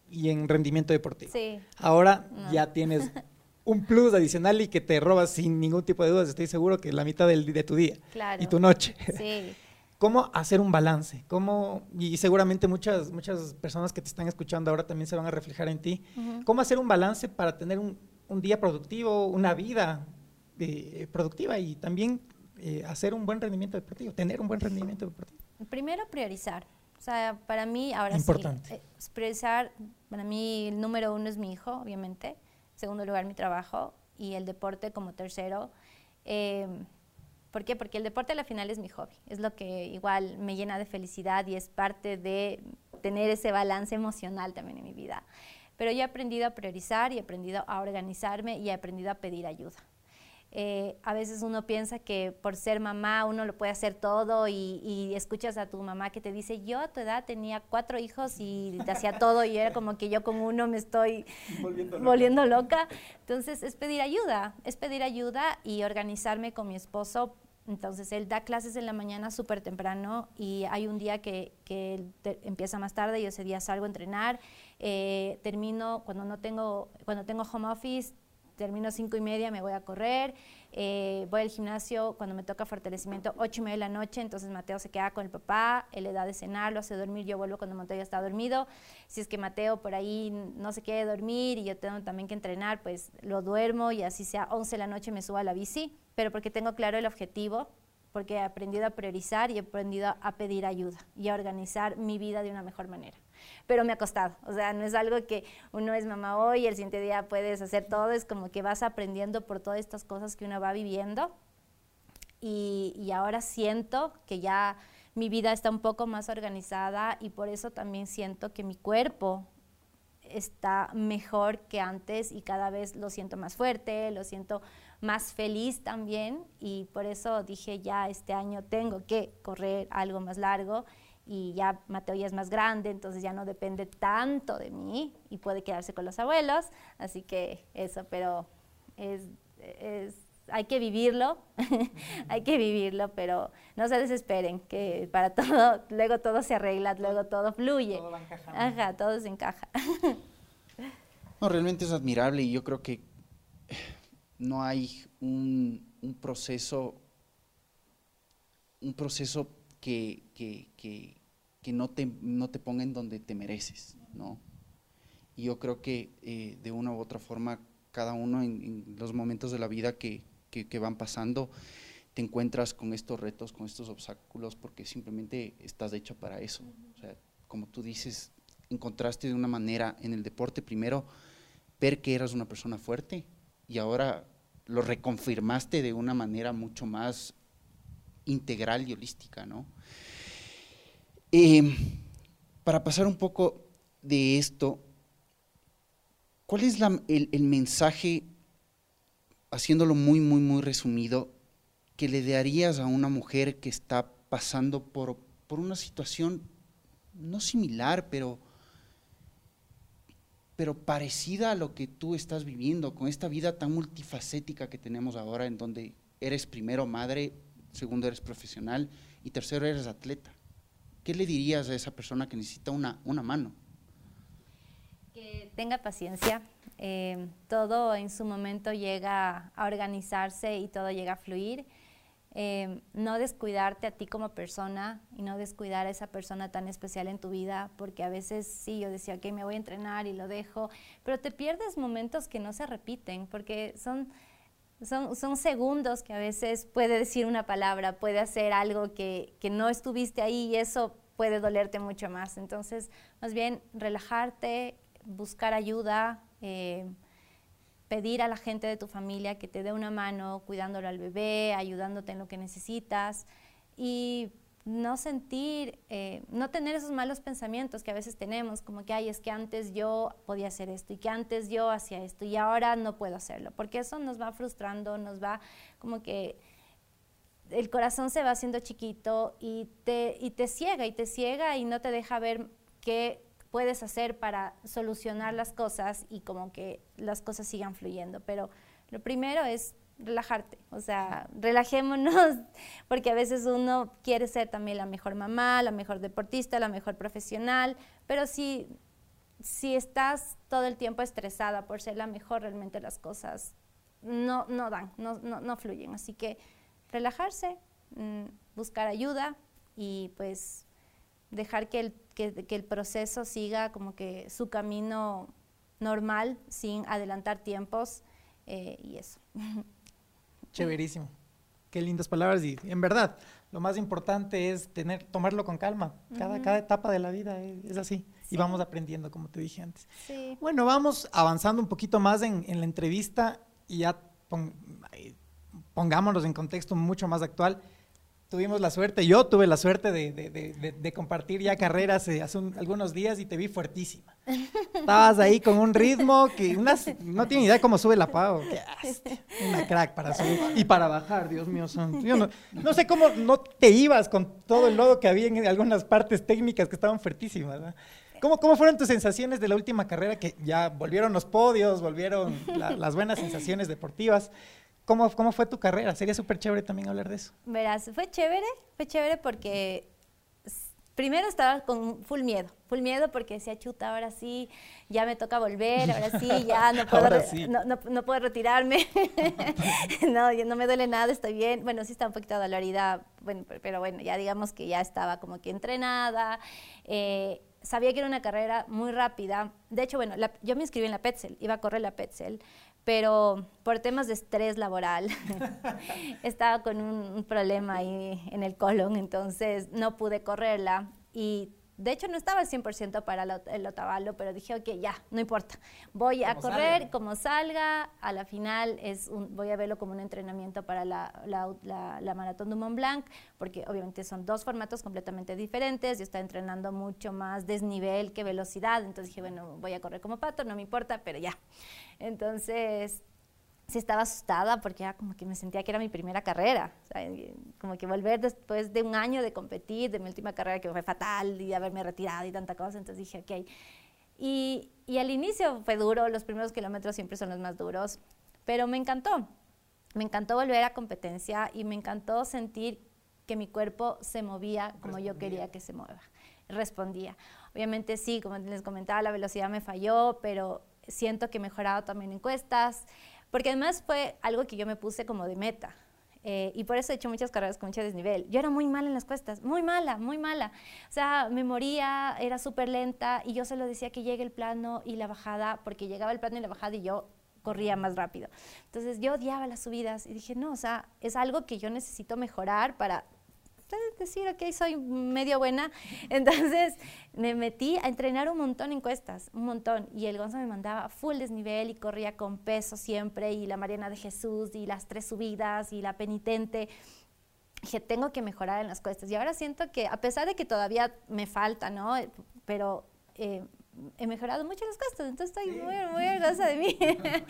y en rendimiento deportivo. Sí. Ahora No. ya tienes un plus adicional y que te robas sin ningún tipo de dudas, estoy seguro que la mitad del, de tu día Claro. y tu noche. Sí. ¿Cómo hacer un balance? ¿Cómo, y seguramente muchas, muchas personas que te están escuchando ahora también se van a reflejar en ti. Uh-huh. ¿Cómo hacer un balance para tener un, un día productivo, una vida eh, productiva y también eh, hacer un buen rendimiento deportivo, tener un buen rendimiento deportivo? Primero, priorizar. O sea, para mí, ahora Importante. sí, eh, priorizar, para mí el número uno es mi hijo, obviamente. En segundo lugar, mi trabajo y el deporte como tercero. Eh, ¿Por qué? Porque el deporte a la final es mi hobby, es lo que igual me llena de felicidad y es parte de tener ese balance emocional también en mi vida. Pero yo he aprendido a priorizar y he aprendido a organizarme y he aprendido a pedir ayuda. Eh, a veces uno piensa que por ser mamá uno lo puede hacer todo y, y escuchas a tu mamá que te dice, yo a tu edad tenía cuatro hijos y te hacía todo y era como que yo con uno me estoy volviendo loca. volviendo loca. Entonces es pedir ayuda, es pedir ayuda y organizarme con mi esposo. Entonces él da clases en la mañana súper temprano y hay un día que, que él te, empieza más tarde y ese día salgo a entrenar, eh, termino cuando no tengo, cuando tengo home office, termino cinco y media, me voy a correr, eh, voy al gimnasio cuando me toca fortalecimiento, ocho y media de la noche, entonces Mateo se queda con el papá, él le da de cenar, lo hace dormir, yo vuelvo cuando Mateo ya está dormido, si es que Mateo por ahí no se quiere dormir y yo tengo también que entrenar, pues lo duermo y así sea once de la noche me subo a la bici, pero porque tengo claro el objetivo, porque he aprendido a priorizar y he aprendido a pedir ayuda y a organizar mi vida de una mejor manera. Pero me ha costado, o sea, no es algo que uno es mamá hoy y el siguiente día puedes hacer todo, es como que vas aprendiendo por todas estas cosas que uno va viviendo y, y ahora siento que ya mi vida está un poco más organizada y por eso también siento que mi cuerpo está mejor que antes y cada vez lo siento más fuerte, lo siento más feliz también y por eso dije ya este año tengo que correr algo más largo y ya Mateo ya es más grande, entonces ya no depende tanto de mí y puede quedarse con los abuelos, así que eso, pero es, es, hay que vivirlo, hay que vivirlo, pero no se desesperen, que para todo, luego todo se arregla, luego todo fluye. Todo va encajando. Ajá, todo se encaja. No, realmente es admirable y yo creo que no hay un, un proceso, un proceso que, que, que, que no, te, no te ponga en donde te mereces, ¿no? Y yo creo que eh, de una u otra forma, cada uno en, en los momentos de la vida que, que, que van pasando, te encuentras con estos retos, con estos obstáculos, porque simplemente estás hecho para eso. O sea, como tú dices, encontraste de una manera en el deporte, primero, ver que eras una persona fuerte, y ahora lo reconfirmaste de una manera mucho más integral y holística, ¿no? Eh, para pasar un poco de esto, ¿cuál es la, el, el mensaje, haciéndolo muy, muy, muy resumido, que le darías a una mujer que está pasando por, por una situación no similar, pero, pero parecida a lo que tú estás viviendo, con esta vida tan multifacética que tenemos ahora, en donde eres primero madre, segundo eres profesional y tercero eres atleta? ¿Qué le dirías a esa persona que necesita una, una mano? Que tenga paciencia, eh, todo en su momento llega a organizarse y todo llega a fluir. Eh, no descuidarte a ti como persona y no descuidar a esa persona tan especial en tu vida, porque a veces sí, yo decía que okay, me voy a entrenar y lo dejo, pero te pierdes momentos que no se repiten, porque son, son, son segundos que a veces puede decir una palabra, puede hacer algo que, que no estuviste ahí y eso puede dolerte mucho más. Entonces, más bien relajarte, buscar ayuda, eh, pedir a la gente de tu familia que te dé una mano cuidándolo al bebé, ayudándote en lo que necesitas y no sentir, eh, no tener esos malos pensamientos que a veces tenemos, como que, ay, es que antes yo podía hacer esto y que antes yo hacía esto y ahora no puedo hacerlo, porque eso nos va frustrando, nos va como que el corazón se va haciendo chiquito y te, y te ciega y te ciega y no te deja ver qué puedes hacer para solucionar las cosas y como que las cosas sigan fluyendo. Pero lo primero es relajarte, o sea, relajémonos, porque a veces uno quiere ser también la mejor mamá, la mejor deportista, la mejor profesional, pero si si estás todo el tiempo estresada por ser la mejor, realmente las cosas no, no dan, no, no, no fluyen. Así que relajarse, mmm, buscar ayuda y pues dejar que el, que, que el proceso siga como que su camino normal, sin adelantar tiempos eh, y eso. Chéverísimo. Qué lindas palabras y en verdad, lo más importante es tener, tomarlo con calma. Cada, uh-huh. cada etapa de la vida es, es así sí. y vamos aprendiendo, como te dije antes. Sí. Bueno, vamos avanzando un poquito más en, en la entrevista y ya pon, pongámonos en contexto mucho más actual. Tuvimos la suerte, yo tuve la suerte de, de, de, de, de compartir ya carreras eh, hace un, algunos días y te vi fuertísima. Estabas ahí con un ritmo que unas, no tiene idea cómo sube la pavo. Una crack para subir y para bajar, Dios mío santo. Yo no, no sé cómo no te ibas con todo el lodo que había en algunas partes técnicas que estaban fuertísimas, ¿no? ¿Cómo, ¿Cómo fueron tus sensaciones de la última carrera? Que ya volvieron los podios, volvieron la, las buenas sensaciones deportivas. ¿Cómo, ¿Cómo fue tu carrera? Sería súper chévere también hablar de eso. Verás, fue chévere, fue chévere porque primero estaba con full miedo, full miedo porque decía, chuta, ahora sí, ya me toca volver, ahora sí, ya no puedo, sí. no, no, no puedo retirarme, no, ya no me duele nada, estoy bien. Bueno, sí está un poquito dolorida, bueno, pero bueno, ya digamos que ya estaba como que entrenada, eh, sabía que era una carrera muy rápida. De hecho, bueno, la, yo me inscribí en la Petzl, iba a correr la Petzl, pero por temas de estrés laboral estaba con un, un problema ahí en el colon, entonces no pude correrla y de hecho no estaba al cien por ciento para el, el Otavalo, pero dije, ok, ya, no importa, voy a correr salga. como salga, a la final es un, voy a verlo como un entrenamiento para la, la, la, la Maratón du Mont Blanc, porque obviamente son dos formatos completamente diferentes, yo estaba entrenando mucho más desnivel que velocidad, entonces dije, bueno, voy a correr como pato, no me importa, pero ya. Entonces, sí estaba asustada porque era como que me sentía que era mi primera carrera, o sea, como que volver después de un año de competir, de mi última carrera que fue fatal y haberme retirado y tanta cosa, entonces dije, ok. Y, y al inicio fue duro, los primeros kilómetros siempre son los más duros, pero me encantó, me encantó volver a competencia y me encantó sentir que mi cuerpo se movía como respondía. Yo quería que se mueva, respondía. Obviamente sí, como les comentaba, la velocidad me falló, pero siento que he mejorado también en cuestas, porque además fue algo que yo me puse como de meta, eh, y por eso he hecho muchas carreras con mucho desnivel. Yo era muy mala en las cuestas, muy mala, muy mala. O sea, me moría, era súper lenta, y yo solo decía que llegue el plano y la bajada, porque llegaba el plano y la bajada y yo corría más rápido. Entonces yo odiaba las subidas, y dije, no, o sea, es algo que yo necesito mejorar para decir, ok, soy medio buena. Entonces me metí a entrenar un montón en cuestas, un montón, y el Gonza me mandaba full desnivel y corría con peso siempre, y la Mariana de Jesús, y las tres subidas, y la penitente. Dije, tengo que mejorar en las cuestas, y ahora siento que, a pesar de que todavía me falta, ¿no? Pero eh, he mejorado mucho las cuestas, entonces estoy muy, muy orgullosa de mí.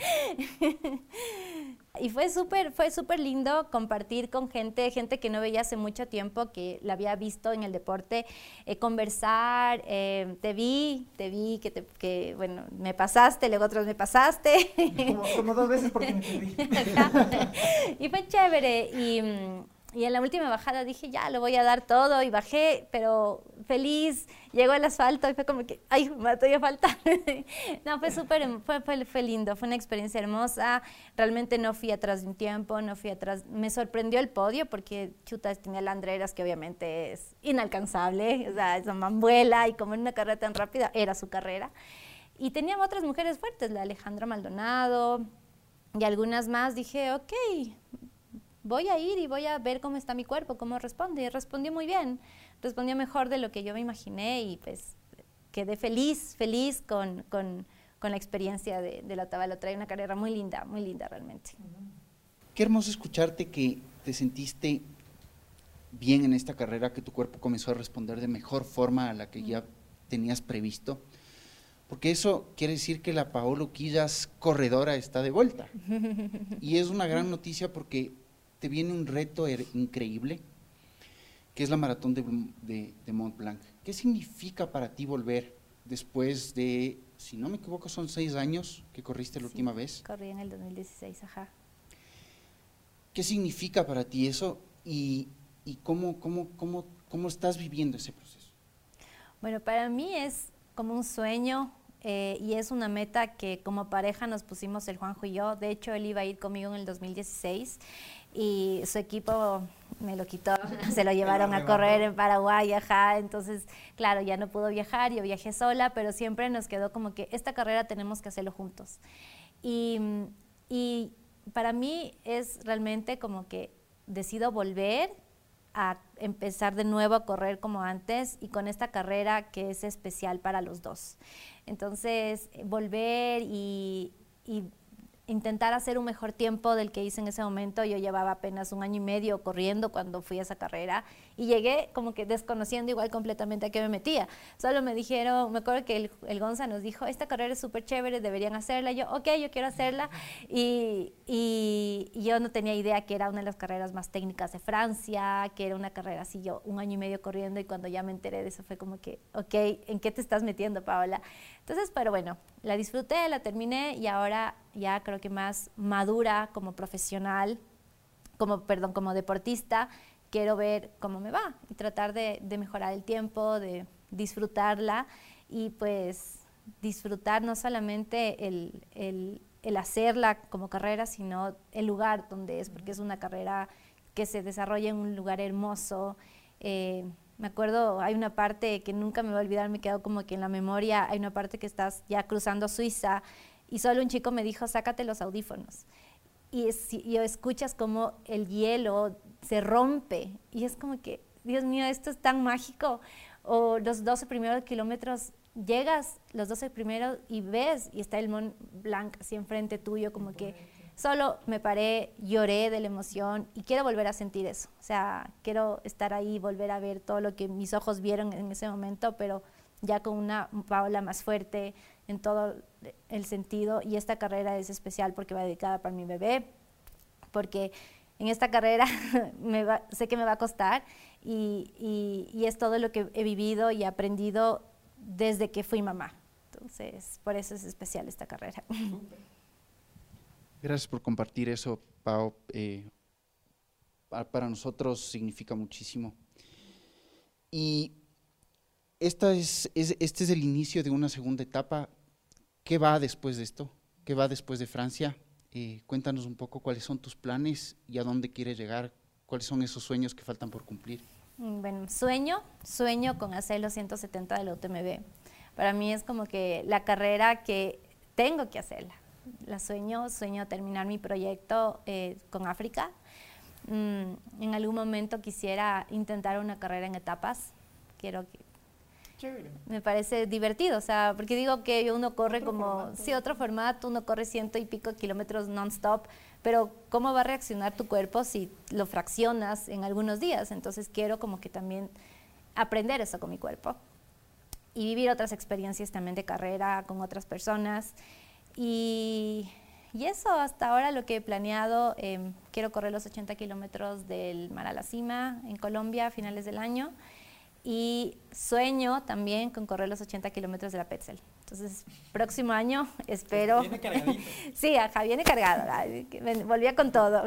Y fue súper fue súper lindo compartir con gente, gente que no veía hace mucho tiempo, que la había visto en el deporte, eh, conversar, eh, te vi, te vi, que, te, que, bueno, me pasaste, luego otros me pasaste. Como, como dos veces porque me perdí. Y fue chévere, y... Y en la última bajada dije, ya, lo voy a dar todo, y bajé, pero feliz, llegó el asfalto y fue como que, ay, me todavía falta. No, fue súper, fue, fue, fue lindo, fue una experiencia hermosa, realmente no fui atrás de un tiempo, no fui atrás, me sorprendió el podio porque, chuta, tenía la Andreras, que obviamente es inalcanzable, o sea, es una mambuela, y como en una carrera tan rápida, era su carrera. Y teníamos otras mujeres fuertes, la Alejandra Maldonado y algunas más, dije, ok, voy a ir y voy a ver cómo está mi cuerpo, cómo responde. Y respondió muy bien, respondió mejor de lo que yo me imaginé, y pues quedé feliz, feliz con, con, con la experiencia de, de la Otavalo. Trae una carrera muy linda, muy linda realmente. Qué hermoso escucharte que te sentiste bien en esta carrera, que tu cuerpo comenzó a responder de mejor forma a la que ya tenías previsto, porque eso quiere decir que la Paola Quillas corredora está de vuelta. Y es una gran noticia porque te viene un reto increíble, que es la Maratón de, de, de Mont Blanc. ¿Qué significa para ti volver después de, si no me equivoco, son seis años que corriste la sí, última vez? Corrí en el dos mil dieciséis, ajá. ¿Qué significa para ti eso y, y cómo, cómo, cómo, cómo estás viviendo ese proceso? Bueno, para mí es como un sueño eh, y es una meta que como pareja nos pusimos el Juanjo y yo. De hecho, él iba a ir conmigo en el dos mil dieciséis y su equipo me lo quitó, se lo llevaron a correr en Paraguay, ajá, entonces, claro, ya no pudo viajar, yo viajé sola, pero siempre nos quedó como que esta carrera tenemos que hacerlo juntos. Y, y para mí es realmente como que decido volver a empezar de nuevo a correr como antes y con esta carrera que es especial para los dos. Entonces, volver y, y intentar hacer un mejor tiempo del que hice en ese momento. Yo llevaba apenas un año y medio corriendo cuando fui a esa carrera y llegué como que desconociendo igual completamente a qué me metía. Solo me dijeron, me acuerdo que el, el Gonza nos dijo, esta carrera es súper chévere, deberían hacerla. Yo, ok, yo quiero hacerla. Y, y, y yo no tenía idea que era una de las carreras más técnicas de Francia, que era una carrera así, yo un año y medio corriendo, y cuando ya me enteré de eso fue como que, ok, ¿en qué te estás metiendo, Paola? Entonces, pero bueno, la disfruté, la terminé y ahora ya creo que más madura como profesional, como, perdón, como deportista, quiero ver cómo me va y tratar de, de mejorar el tiempo, de disfrutarla y pues disfrutar no solamente el, el, el hacerla como carrera, sino el lugar donde es, porque es una carrera que se desarrolla en un lugar hermoso. Eh, Me acuerdo, hay una parte que nunca me voy a olvidar, me quedó como que en la memoria, hay una parte que estás ya cruzando Suiza y solo un chico me dijo, sácate los audífonos. Y, es, y escuchas como el hielo se rompe y es como que, Dios mío, esto es tan mágico. O los doce primeros kilómetros, llegas los doce primeros y ves y está el Mont Blanc así enfrente tuyo, como que solo me paré, lloré de la emoción y quiero volver a sentir eso. O sea, quiero estar ahí, volver a ver todo lo que mis ojos vieron en ese momento, pero ya con una Paola más fuerte en todo el sentido. Y esta carrera es especial porque va dedicada para mi bebé, porque en esta carrera me va, sé que me va a costar y, y, y es todo lo que he vivido y aprendido desde que fui mamá. Entonces, por eso es especial esta carrera. Gracias por compartir eso, Pau. Eh, para nosotros significa muchísimo. Y esta es, es, este es el inicio de una segunda etapa. ¿Qué va después de esto? ¿Qué va después de Francia? Eh, cuéntanos un poco cuáles son tus planes y a dónde quieres llegar. ¿Cuáles son esos sueños que faltan por cumplir? Bueno, sueño, sueño con hacer los ciento setenta del U T M B. Para mí es como que la carrera que tengo que hacerla. La sueño, sueño terminar mi proyecto eh, con África. Mm, en algún momento quisiera intentar una carrera en etapas. Quiero que Chévere. Me parece divertido, o sea, porque digo que uno corre otro como, formato. sí, otro formato, uno corre ciento y pico kilómetros non-stop, pero ¿cómo va a reaccionar tu cuerpo si lo fraccionas en algunos días? Entonces quiero como que también aprender eso con mi cuerpo y vivir otras experiencias también de carrera con otras personas. Y, y eso, hasta ahora lo que he planeado, eh, quiero correr los ochenta kilómetros del Mar a la Cima en Colombia a finales del año. Y sueño también con correr los ochenta kilómetros de la Petzl. Entonces, próximo año espero… Viene cargadito. Sí, ajá, viene cargado. Volvía con todo.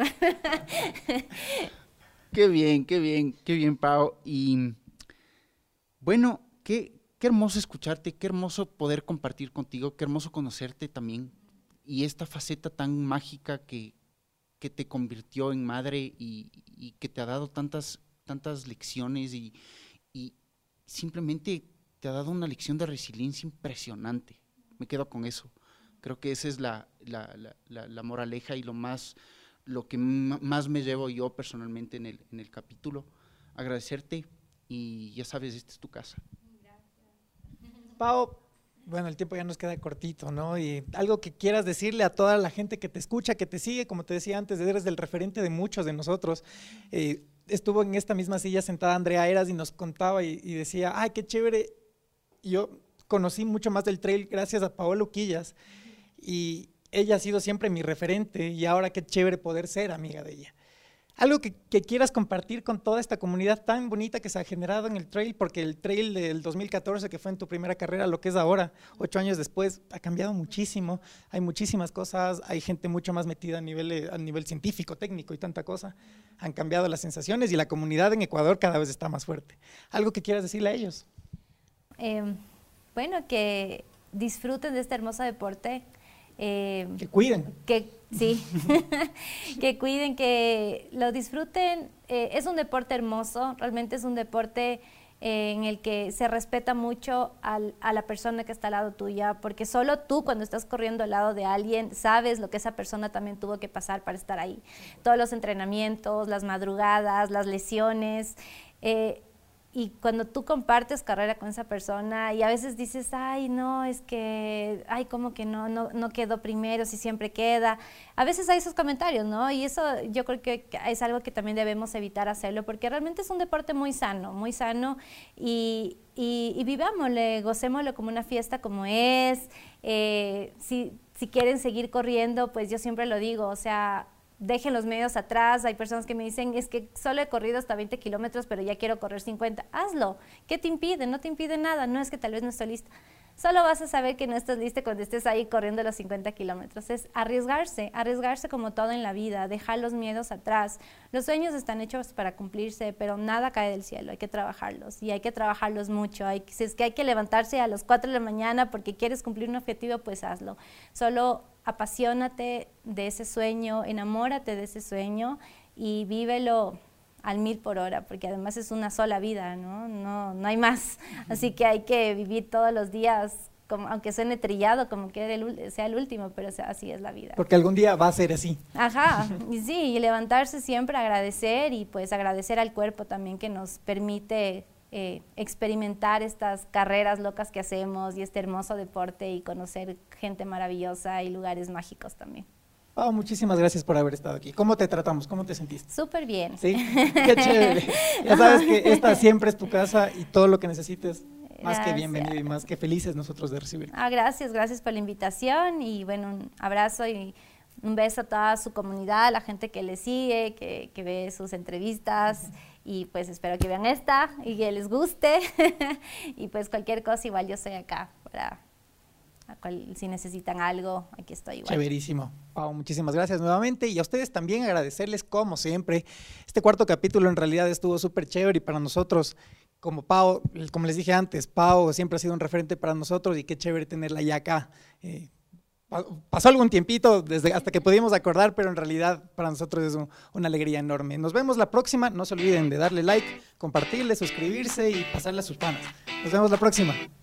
Qué bien, qué bien, qué bien, Pau. Y bueno, qué, qué hermoso escucharte, qué hermoso poder compartir contigo, qué hermoso conocerte también. Y esta faceta tan mágica que, que te convirtió en madre y, y que te ha dado tantas, tantas lecciones y… y simplemente te ha dado una lección de resiliencia impresionante. Me quedo con eso. Creo que esa es la, la, la, la, la moraleja y lo más, lo que más me llevo yo personalmente en el, en el capítulo. Agradecerte y ya sabes, esta es tu casa. Gracias. Pau, bueno, el tiempo ya nos queda cortito, ¿no? Y algo que quieras decirle a toda la gente que te escucha, que te sigue, como te decía antes, eres el referente de muchos de nosotros. Eh, estuvo en esta misma silla sentada Andrea Eras y nos contaba y, y decía, ay, qué chévere. Yo conocí mucho más del trail gracias a Paola Uquillas y ella ha sido siempre mi referente y ahora qué chévere poder ser amiga de ella. Algo que, que quieras compartir con toda esta comunidad tan bonita que se ha generado en el trail, porque el trail del dos mil catorce, que fue en tu primera carrera, lo que es ahora, ocho años después, ha cambiado muchísimo, hay muchísimas cosas, hay gente mucho más metida a nivel, a nivel científico, técnico y tanta cosa, han cambiado las sensaciones y la comunidad en Ecuador cada vez está más fuerte. ¿Algo que quieras decirle a ellos? Eh, bueno, que disfruten de este hermoso deporte. Eh, que cuiden. Que, sí, que cuiden, que lo disfruten. Eh, es un deporte hermoso, realmente es un deporte eh, en el que se respeta mucho al, a la persona que está al lado tuya, porque solo tú cuando estás corriendo al lado de alguien sabes lo que esa persona también tuvo que pasar para estar ahí. Todos los entrenamientos, las madrugadas, las lesiones. Eh, Y cuando tú compartes carrera con esa persona y a veces dices, ay, no, es que, ay, como que no, no, no quedó primero, si siempre queda. A veces hay esos comentarios, ¿no? Y eso yo creo que es algo que también debemos evitar hacerlo, porque realmente es un deporte muy sano, muy sano y, y, y vivámosle, gocémoslo como una fiesta como es. Eh, si, si quieren seguir corriendo, pues yo siempre lo digo, o sea, dejen los medios atrás. Hay personas que me dicen, es que solo he corrido hasta veinte kilómetros, pero ya quiero correr cincuenta. Hazlo. ¿Qué te impide? No te impide nada. No es que tal vez no estoy lista. Solo vas a saber que no estás lista cuando estés ahí corriendo los cincuenta kilómetros. Es arriesgarse, arriesgarse como todo en la vida, dejar los miedos atrás. Los sueños están hechos para cumplirse, pero nada cae del cielo. Hay que trabajarlos y hay que trabajarlos mucho. Hay, si es que hay que levantarse a las cuatro de la mañana porque quieres cumplir un objetivo, pues hazlo. Solo apasionate de ese sueño, enamórate de ese sueño y vívelo al mil por hora, porque además es una sola vida, ¿no? No, no hay más. Así que hay que vivir todos los días, como, aunque suene trillado, como que el, sea el último, pero sea, así es la vida. Porque algún día va a ser así. Ajá, y sí, y levantarse siempre, agradecer y pues agradecer al cuerpo también que nos permite eh, experimentar estas carreras locas que hacemos y este hermoso deporte y conocer gente maravillosa y lugares mágicos también. Pau, muchísimas gracias por haber estado aquí. ¿Cómo te tratamos? ¿Cómo te sentiste? Súper bien. Sí, qué chévere. Ya sabes que esta siempre es tu casa y todo lo que necesites, más Gracias. que bienvenido y más que felices nosotros de recibir. Ah, gracias, gracias por la invitación y bueno, un abrazo y un beso a toda su comunidad, a la gente que le sigue, que, que ve sus entrevistas y pues espero que vean esta y que les guste y pues cualquier cosa igual yo estoy acá para... Cual, si necesitan algo, aquí estoy igual. Chéverísimo. Pau, muchísimas gracias nuevamente y a ustedes también agradecerles como siempre. Este cuarto capítulo en realidad estuvo súper chévere y para nosotros, como Pau, como les dije antes, Pau siempre ha sido un referente para nosotros y qué chévere tenerla ya acá. Eh, pasó algún tiempito desde hasta que pudimos acordar, pero en realidad para nosotros es un, una alegría enorme. Nos vemos la próxima. No se olviden de darle like, compartirle, suscribirse y pasarle a sus panas. Nos vemos la próxima.